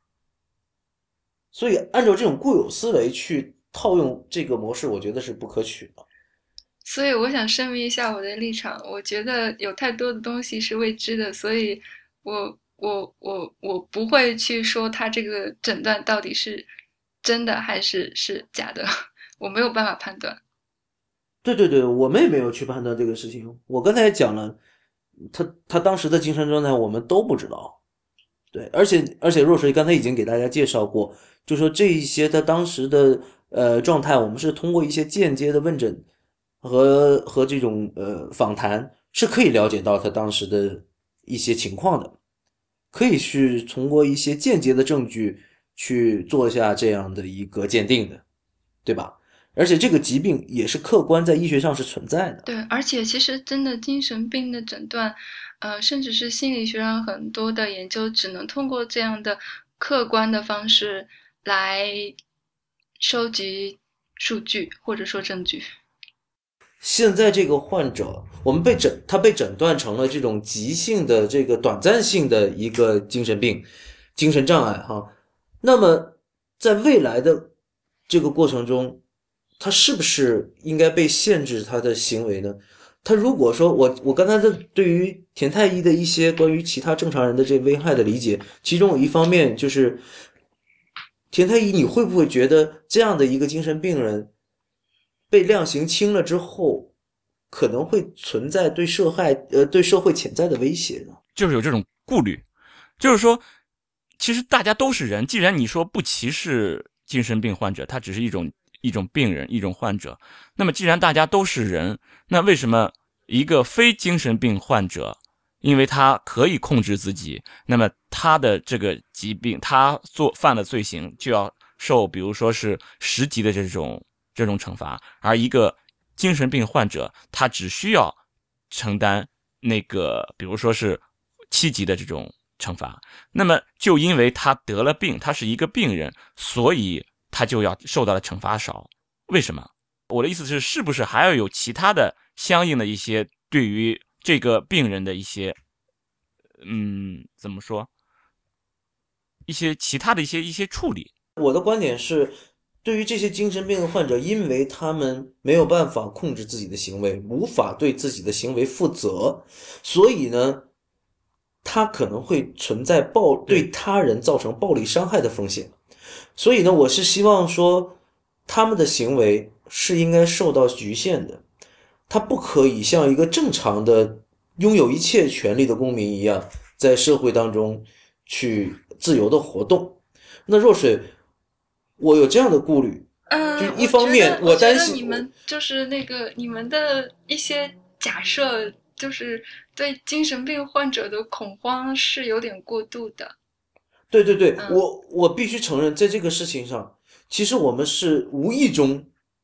所以按照这种固有思维去套用这个模式，我觉得是不可取的。 所以我想声明一下我的立场，我觉得有太多的东西是未知的，所以我不会去说他这个诊断到底是真的还是假的，我没有办法判断。 对，我们也没有去判断这个事情。我刚才也讲了，他当时的精神状态我们都不知道。对，而且若水刚才已经给大家介绍过，就说这一些他当时的状态，我们是通过一些间接的问诊和这种访谈是可以了解到他当时的一些情况的，可以去通过一些间接的证据去做下这样的一个鉴定的，对吧？而且这个疾病也是客观在医学上是存在的。 对，而且其实真的精神病的诊断，甚至是心理学上很多的研究，只能通过这样的客观的方式来收集数据或者说证据。 现在这个患者，我们他被诊断成了这种急性的这个短暂性的一个精神病、精神障碍哈。那么在未来的这个过程中，他是不是应该被限制他的行为呢？他如果说我刚才对于田太医的一些关于其他正常人的这危害的理解，其中有一方面就是田太医，你会不会觉得这样的一个精神病人被量刑轻了之后，可能会存在对社会潜在的威胁呢？ 就是有这种顾虑，就是说，其实大家都是人，既然你说不歧视精神病患者，他只是一种病人，一种患者，那么既然大家都是人，那为什么一个非精神病患者，因为他可以控制自己，那么他的这个疾病，他犯了罪行就要受比如说是10级的这种惩罚，而一个精神病患者他只需要承担那个比如说是7级的这种惩罚，那么就因为他得了病，他是一个病人，所以他就要受到的惩罚少。为什么？我的意思是不是还要有其他的相应的一些对于这个病人的一些怎么说，一些其他的一些处理。 我的观点是，对于这些精神病患者，因为他们没有办法控制自己的行为，无法对自己的行为负责，所以呢，他可能会存在对他人造成暴力伤害的风险。所以呢，我是希望说，他们的行为是应该受到局限的，他不可以像一个正常的拥有一切权利的公民一样，在社会当中去自由的活动。那若水，我有这样的顾虑，就是一方面我担心你们就是你们的一些假设，就是对精神病患者的恐慌是有点过度的。 对，我必须承认，在这个事情上，其实我们是无意中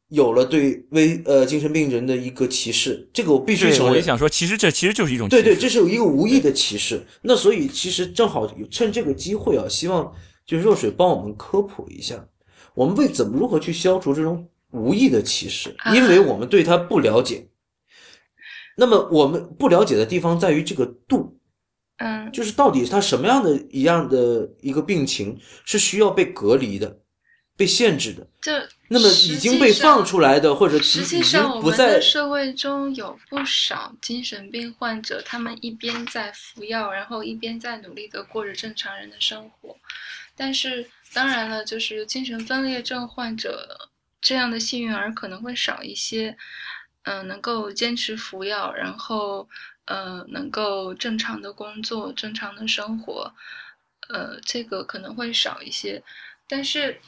有了对精神病人的一个歧视，这个我必须对， 承认。 我也想说，这其实就是一种歧视。 对对，这是有一个无意的歧视。那所以其实正好趁这个机会啊，希望就若水帮我们科普一下，我们如何去消除这种无意的歧视，因为我们对它不了解。那么我们不了解的地方在于这个度，就是到底它什么样的一个病情是需要被隔离的、被限制的。那么已经被放出来的，或者实际已经上我不在们的社会中有不少精神病患者，他们一边在服药，然后一边在努力的过着正常人的生活。但是当然了，就是精神分裂症患者这样的幸运儿可能会少一些，能够坚持服药，然后能够正常的工作、正常的生活，这个可能会少一些。但是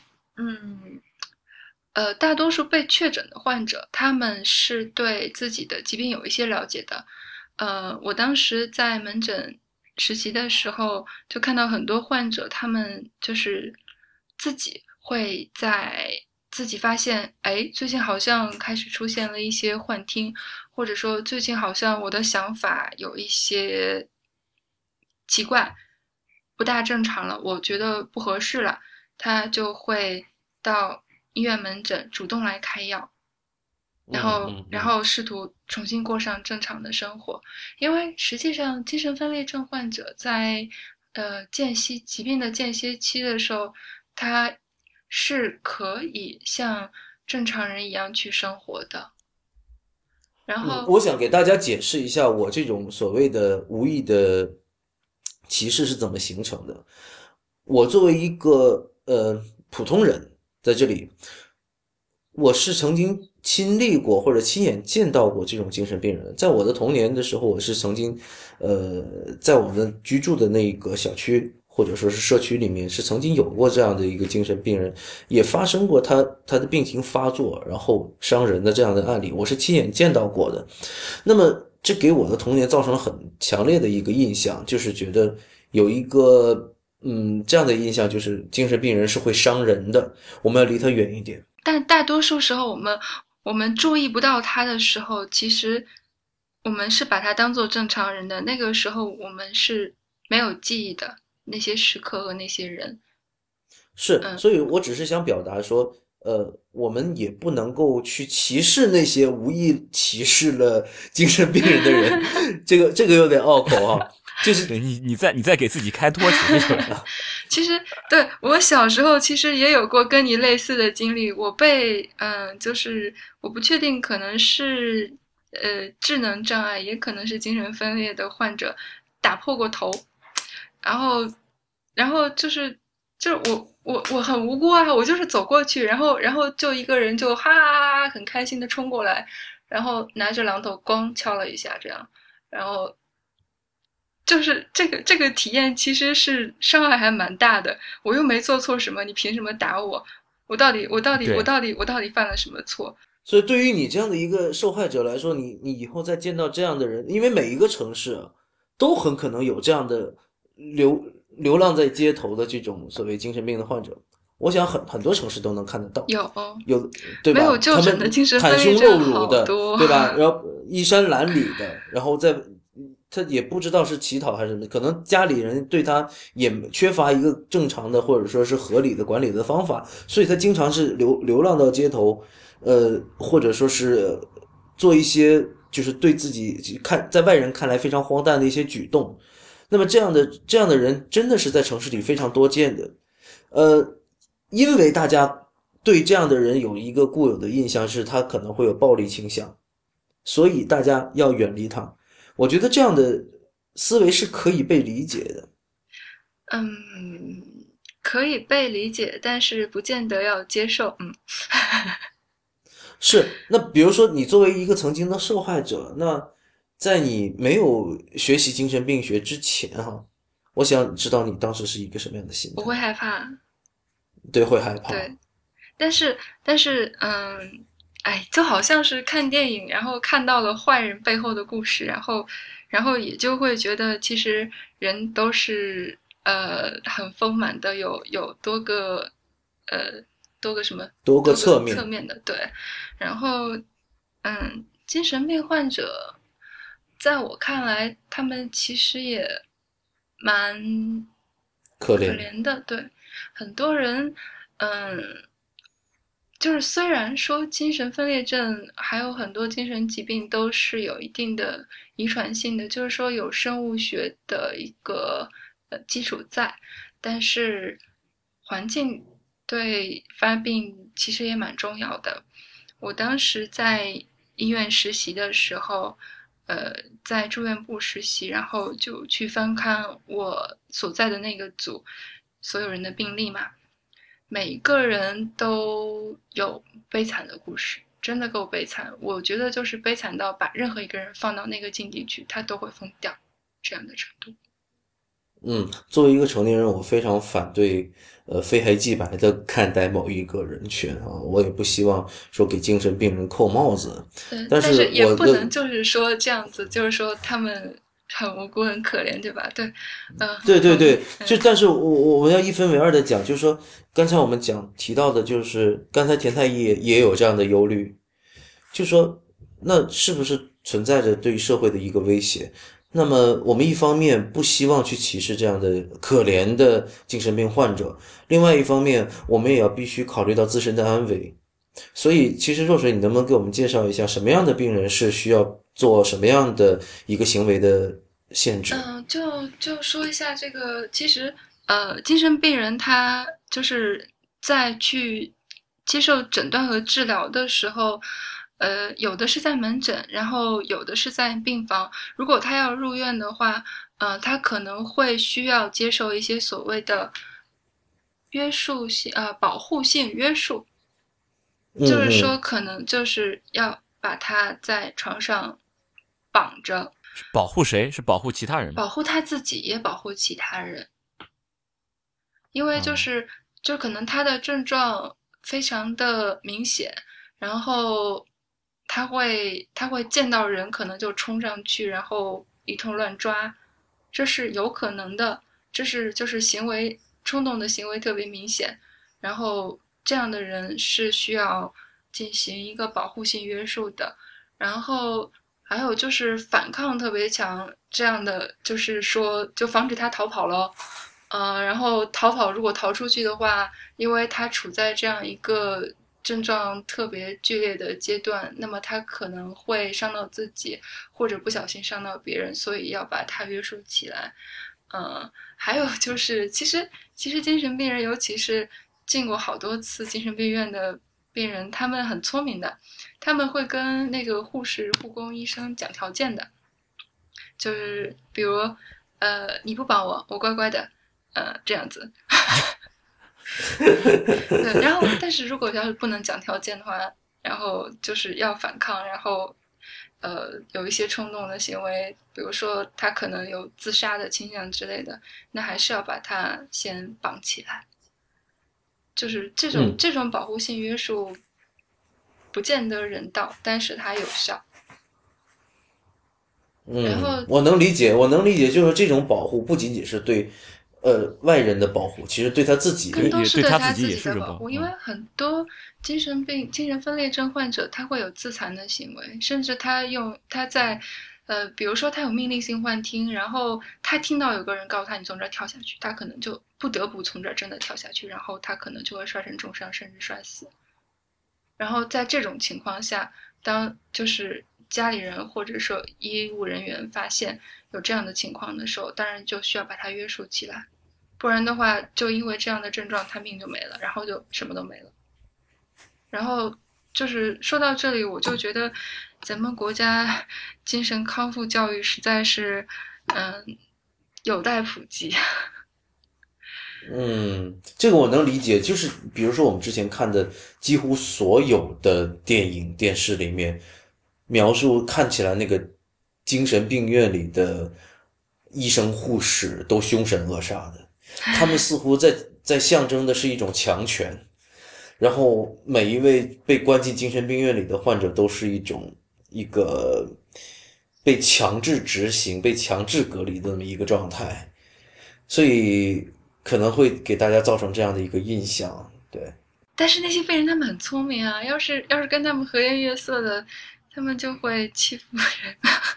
大多数被确诊的患者，他们是对自己的疾病有一些了解的。我当时在门诊实习的时候，就看到很多患者，他们就是自己会在自己发现，哎，最近好像开始出现了一些幻听，或者说最近好像我的想法有一些奇怪，不大正常了，我觉得不合适了，他就会到医院门诊主动来开药，然后试图重新过上正常的生活。因为实际上精神分裂症患者在疾病的间歇期的时候，他是可以像正常人一样去生活的。然后我想给大家解释一下我这种所谓的无意的歧视是怎么形成的。我作为一个普通人在这里，我是曾经亲历过或者亲眼见到过这种精神病人。在我的童年的时候，我是曾经在我们居住的那个小区或者说是社区里面是曾经有过这样的一个精神病人，也发生过他的病情发作然后伤人的这样的案例，我是亲眼见到过的。那么这给我的童年造成了很强烈的一个印象，就是觉得有一个这样的印象，就是精神病人是会伤人的，我们要离他远一点。 但大多数时候我们注意不到他的时候，其实我们是把他当做正常人的，那个时候我们是没有记忆的，那些时刻和那些人。 是，所以我只是想表达说，我们也不能够去歧视那些无意歧视了精神病人的人，这个有点拗口啊。就是对你在给自己开脱， 其实对我小时候其实也有过跟你类似的经历，我被就是我不确定可能是智能障碍，也可能是精神分裂的患者打破过头，然后就是我很无辜啊，我就是走过去，然后就一个人就哈哈哈很开心的冲过来，然后拿着榔头咣敲了一下，这样，然后就是这个体验其实是伤害还蛮大的，我又没做错什么，你凭什么打我？我到底犯了什么错？ 所以对于你这样的一个受害者来说，你以后再见到这样的人，因为每一个城市啊，都很可能有这样的流浪在街头的这种所谓精神病的患者，我想很多城市都能看得到，有对吧？ 没有就诊的精神分裂袒胸露乳的，对吧？然后衣衫褴褛的，然后他也不知道是乞讨还是什么，可能家里人对他也缺乏一个正常的或者说是合理的管理的方法，所以他经常是流浪到街头，或者说是做一些就是对自己在外人看来非常荒诞的一些举动。那么这样的人真的是在城市里非常多见的，因为大家对这样的人有一个固有的印象是他可能会有暴力倾向，所以大家要远离他。我觉得这样的思维是可以被理解的。 可以被理解，但是不见得要接受。 是，那比如说你作为一个曾经的受害者，那在你没有学习精神病学之前我想知道你当时是一个什么样的心态。 我会害怕。 对，会害怕。 对，但是就好像是看电影，然后看到了坏人背后的故事，然后也就会觉得其实人都是很丰满的，有多个多个什么多个侧面的，对。然后精神病患者在我看来他们其实也蛮可怜的，对。很多人就是虽然说精神分裂症还有很多精神疾病都是有一定的遗传性的，就是说有生物学的一个基础在，但是环境对发病其实也蛮重要的。我当时在医院实习的时候，在住院部实习，然后就去翻看我所在的那个组所有人的病历嘛。每个人都有悲惨的故事，真的够悲惨。我觉得就是悲惨到把任何一个人放到那个境地去，他都会疯掉这样的程度。 作为一个成年人，我非常反对非黑即白的看待某一个人群啊，我也不希望说给精神病人扣帽子。但是也不能就是说这样子，就是说他们很无辜很可怜，对吧？对， 对，但是我们要一分为二的讲，就是说刚才我们提到的，就是刚才田太医也有这样的忧虑，就是说那是不是存在着对于社会的一个威胁？那么我们一方面不希望去歧视这样的可怜的精神病患者，另外一方面我们也要必须考虑到自身的安危。所以其实若水，你能不能给我们介绍一下什么样的病人是需要做什么样的一个行为的限制？ 就说一下这个，其实精神病人他就是在去接受诊断和治疗的时候，有的是在门诊，然后有的是在病房。如果他要入院的话，他可能会需要接受一些所谓的约束性保护性约束，就是说可能就是要把他在床上绑着。 保护谁？是保护其他人吗？ 保护他自己，也保护其他人。因为就可能他的症状非常的明显，然后他会见到人可能就冲上去，然后一通乱抓，这是有可能的。这是就是行为冲动的行为特别明显，然后这样的人是需要进行一个保护性约束的。然后还有就是反抗特别强，这样的就是说就防止他逃跑了。然后逃跑如果逃出去的话，因为他处在这样一个症状特别剧烈的阶段，那么他可能会伤到自己，或者不小心伤到别人，所以要把他约束起来。还有就是其实精神病人，尤其是进过好多次精神病院的病人，他们很聪明的，他们会跟那个护士、护工、医生讲条件的，就是比如你不帮我，我乖乖的。这样子。对，然后但是如果要是不能讲条件的话，然后就是要反抗，然后有一些冲动的行为，比如说他可能有自杀的倾向之类的，那还是要把他先绑起来。就是这种保护性约束不见得人道，但是它有效。然后我能理解，就是这种保护不仅仅是对外人的保护，其实对他自己更多是对他自己也是的保护。因为很多精神分裂症患者他会有自残的行为，甚至他在比如说他有命令性幻听，然后他听到有个人告诉他你从这儿跳下去，他可能就不得不从这儿真的跳下去，然后他可能就会摔成重伤甚至摔死。然后在这种情况下，当就是家里人或者说医务人员发现有这样的情况的时候，当然就需要把他约束起来，不然的话就因为这样的症状他命就没了，然后就什么都没了。然后就是说到这里，我就觉得咱们国家精神康复教育实在是有待普及。 这个我能理解，就是比如说我们之前看的几乎所有的电影电视里面描述看起来那个精神病院里的医生护士都凶神恶煞的，他们似乎在象征的是一种强权，然后每一位被关进精神病院里的患者都是一个被强制执行、被强制隔离的那么一个状态，所以可能会给大家造成这样的一个印象。对， 但是那些病人他们很聪明啊，要是跟他们和颜悦色的，他们就会欺负人。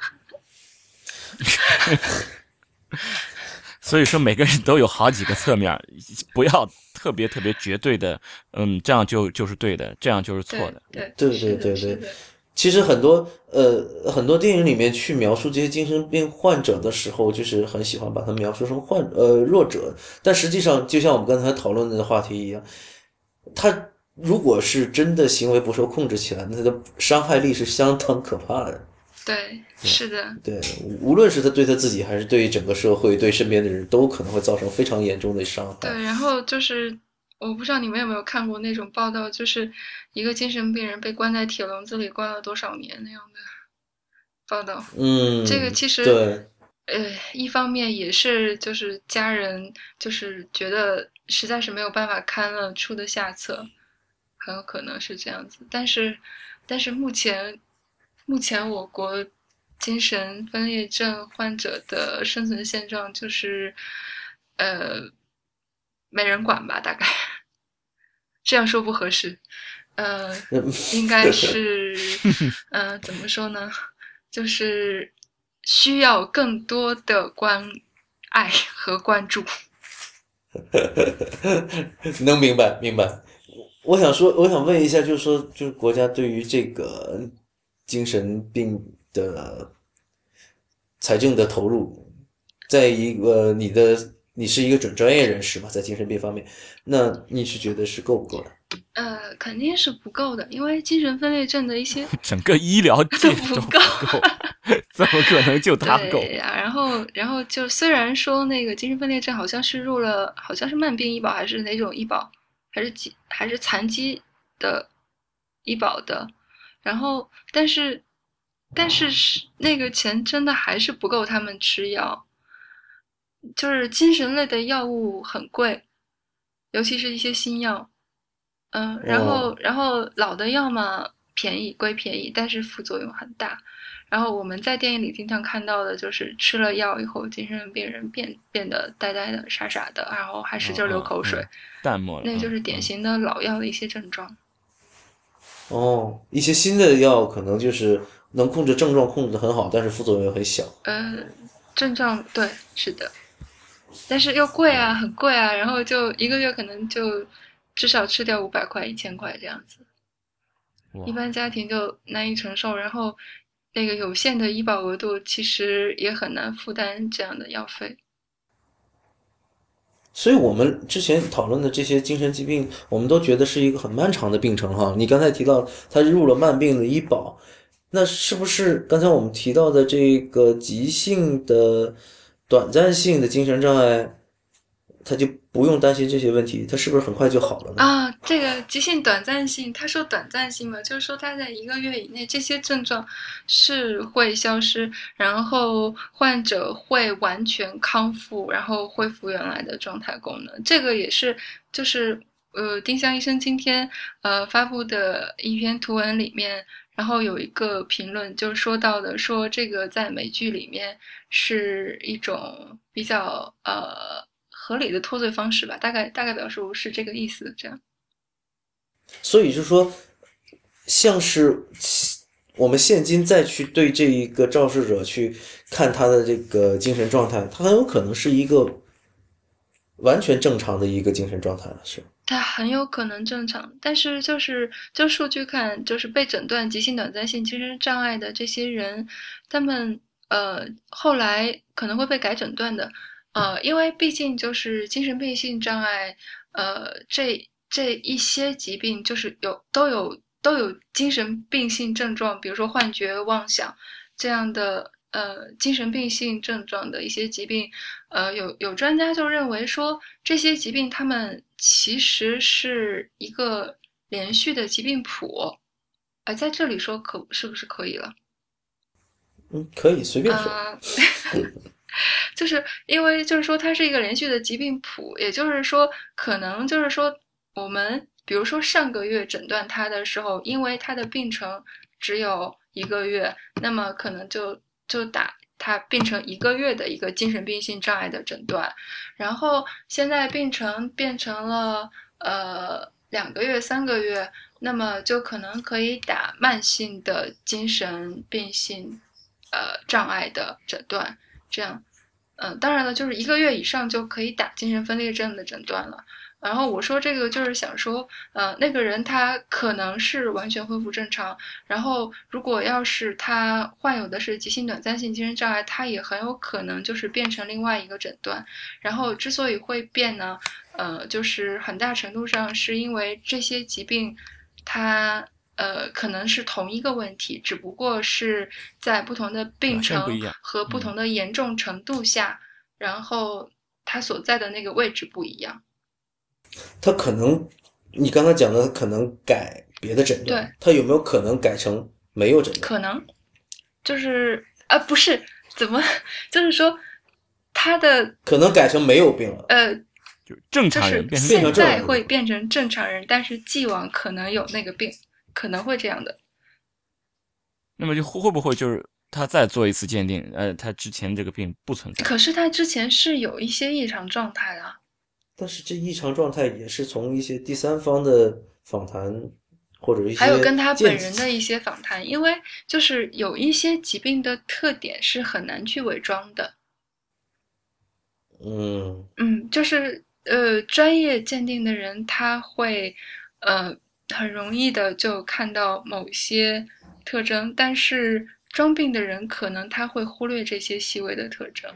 所以说每个人都有好几个侧面，不要特别绝对的，这样就是对的，这样就是错的。 对。 其实很多电影里面去描述这些精神病患者的时候，就是很喜欢把他描述成弱者，但实际上就像我们刚才讨论的话题一样，他如果是真的行为不受控制起来，那他的伤害力是相当可怕的。 对，是的。 对，无论是他对他自己，还是对整个社会、对身边的人，都可能会造成非常严重的伤害。 对，然后就是我不知道你们有没有看过那种报道，就是一个精神病人被关在铁笼子里关了多少年那样的报道。这个其实对， 一方面也是就是家人就是觉得实在是没有办法看了，出的下策，很有可能是这样子。但是目前我国精神分裂症患者的生存现状就是没人管吧，大概这样说不合适。应该是怎么说呢，就是需要更多的关爱和关注。 能明白。我想问一下，就是国家对于这个精神病的财政的投入，在一个你是一个准专业人士嘛，在精神病方面，那你是觉得是够不够的？ 肯定是不够的，因为精神分裂症的一些整个医疗界都不够， 怎么可能就他够？ 对呀，然后就虽然说那个精神分裂症好像是入了，好像是慢病医保还是哪种医保，还是残疾的医保的，然后但是那个钱真的还是不够他们吃药，就是精神类的药物很贵，尤其是一些新药。然后老的药嘛便宜归便宜，但是副作用很大。然后我们在电影里经常看到的就是吃了药以后，精神病人变得呆呆的、傻傻的，然后还使劲流口水， 淡漠了。 那就是典型的老药的一些症状。 一些新的药可能就是能控制症状控制得很好，但是副作用很小。 症状对，是的，但是又贵啊，很贵啊，然后就一个月可能就至少吃掉500块、1000块这样子，一般家庭就难以承受，然后那个有限的医保额度其实也很难负担这样的药费。 所以我们之前讨论的这些精神疾病，我们都觉得是一个很漫长的病程哈。你刚才提到他入了慢病的医保，那是不是刚才我们提到的这个急性的、短暂性的精神障碍，他就不用担心这些问题，他是不是很快就好了呢？ 这个急性短暂性，他说短暂性嘛，就是说他在1个月以内这些症状是会消失，然后患者会完全康复，然后恢复原来的状态功能。这个也是就是丁香医生今天发布的一篇图文里面，然后有一个评论就说到的，说这个在美剧里面是一种比较合理的脱罪方式吧，大概表述是这个意思，这样。 所以就是说，像是我们现今再去对这一个肇事者去看他的这个精神状态，他很有可能是一个完全正常的一个精神状态了，是。 它很有可能正常，但是就数据看，就是被诊断急性短暂性精神障碍的这些人，他们后来可能会被改诊断的，因为毕竟就是精神病性障碍，这一些疾病就是都有精神病性症状，比如说幻觉、妄想这样的精神病性症状的一些疾病，有专家就认为说这些疾病它们其实是一个连续的疾病谱，在这里说是不是可以了？ 可以随便说。 就是因为就是说它是一个连续的疾病谱，也就是说可能就是说我们比如说上个月诊断他的时候，因为他的病程只有1个月，那么可能就打他病程1个月的一个精神病性障碍的诊断，然后现在病程变成了 2个月、3个月，那么就可能可以打慢性的精神病性障碍的诊断，这样。当然了，就是1个月以上就可以打精神分裂症的诊断了。然后我说这个就是想说，那个人他可能是完全恢复正常，然后如果要是他患有的是急性短暂性精神障碍，他也很有可能就是变成另外一个诊断。然后之所以会变呢，就是很大程度上是因为这些疾病，它可能是同一个问题，只不过是在不同的病程和不同的严重程度下，然后它所在的那个位置不一样。 他可能，你刚才讲的可能改别的诊断，他有没有可能改成没有诊断？ 可能，就是不是怎么，就是说他的可能改成没有病了， 就正常人就是现在会变成正常人，但是既往可能有那个病，可能会这样的。 那么就会不会就是他再做一次鉴定，他之前这个病不存在？ 可是他之前是有一些异常状态啊。 但是这异常状态也是从一些第三方的访谈或者一些还有跟他本人的一些访谈，因为就是有一些疾病的特点是很难去伪装的。就是专业鉴定的人他会很容易的就看到某些特征，但是装病的人可能他会忽略这些细微的特征。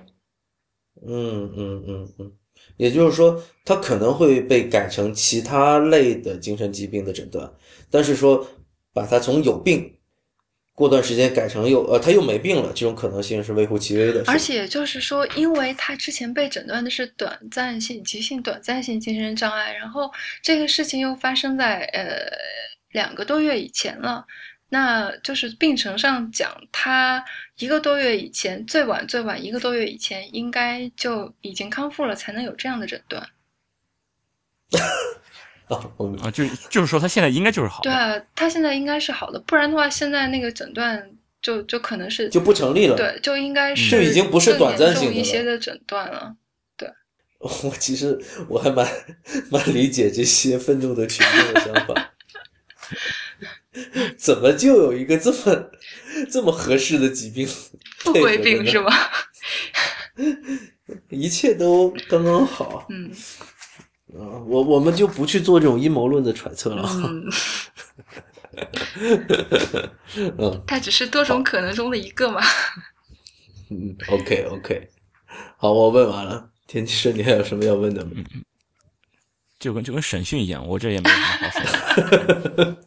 也就是说，他可能会被改成其他类的精神疾病的诊断，但是说把它从有病过段时间改成他又没病了，这种可能性是微乎其微的。 而且就是说，因为他之前被诊断的是急性短暂性精神障碍，然后这个事情又发生在2个多月以前了。那就是病程上讲，他1个多月以前，最晚1个多月以前，应该就已经康复了，才能有这样的诊断。 就是说他现在应该就是好的。 对啊，他现在应该是好的，不然的话，现在那个诊断就可能是就不成立了。 对，就应该是就已经不是短暂性的一些的诊断了。对， 其实我还蛮理解这些愤怒的群众的想法。怎么就有一个这么合适的疾病？ 富贵病是吗？ 一切都刚刚好。我们就不去做这种阴谋论的揣测了。 它只是多种可能中的一个嘛。 OK， 好，我问完了。天气生，你还有什么要问的吗？ 就跟审讯一样，我这也没什么好说。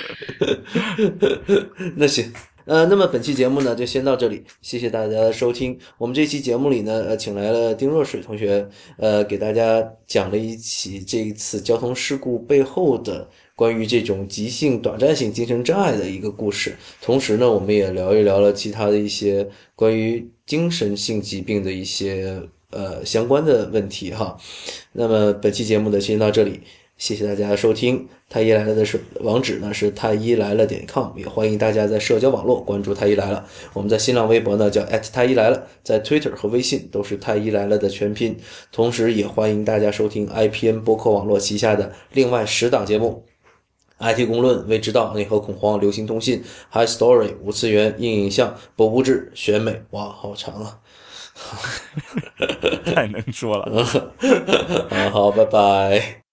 那行，那么本期节目呢就先到这里，谢谢大家的收听。我们这期节目里呢，请来了丁若水同学，给大家讲了一起这一次交通事故背后的关于这种急性短暂性精神障碍的一个故事。同时呢，我们也聊一聊了其他的一些关于精神性疾病的一些相关的问题哈。那么本期节目呢先到这里。谢谢大家的收听，太医来了的网址呢是太医来了.com， 也欢迎大家在社交网络关注太医来了。我们在新浪微博呢叫太医来了，在 Twitter 和微信都是太医来了的全拼。同时也欢迎大家收听 IPN 播客网络旗下的另外10档节目：IT 公论、未知道、内核恐慌、流行通信、High Story、无次元、硬影像、博物志、选美。哇，好长啊！ 太能说了。 好，拜拜。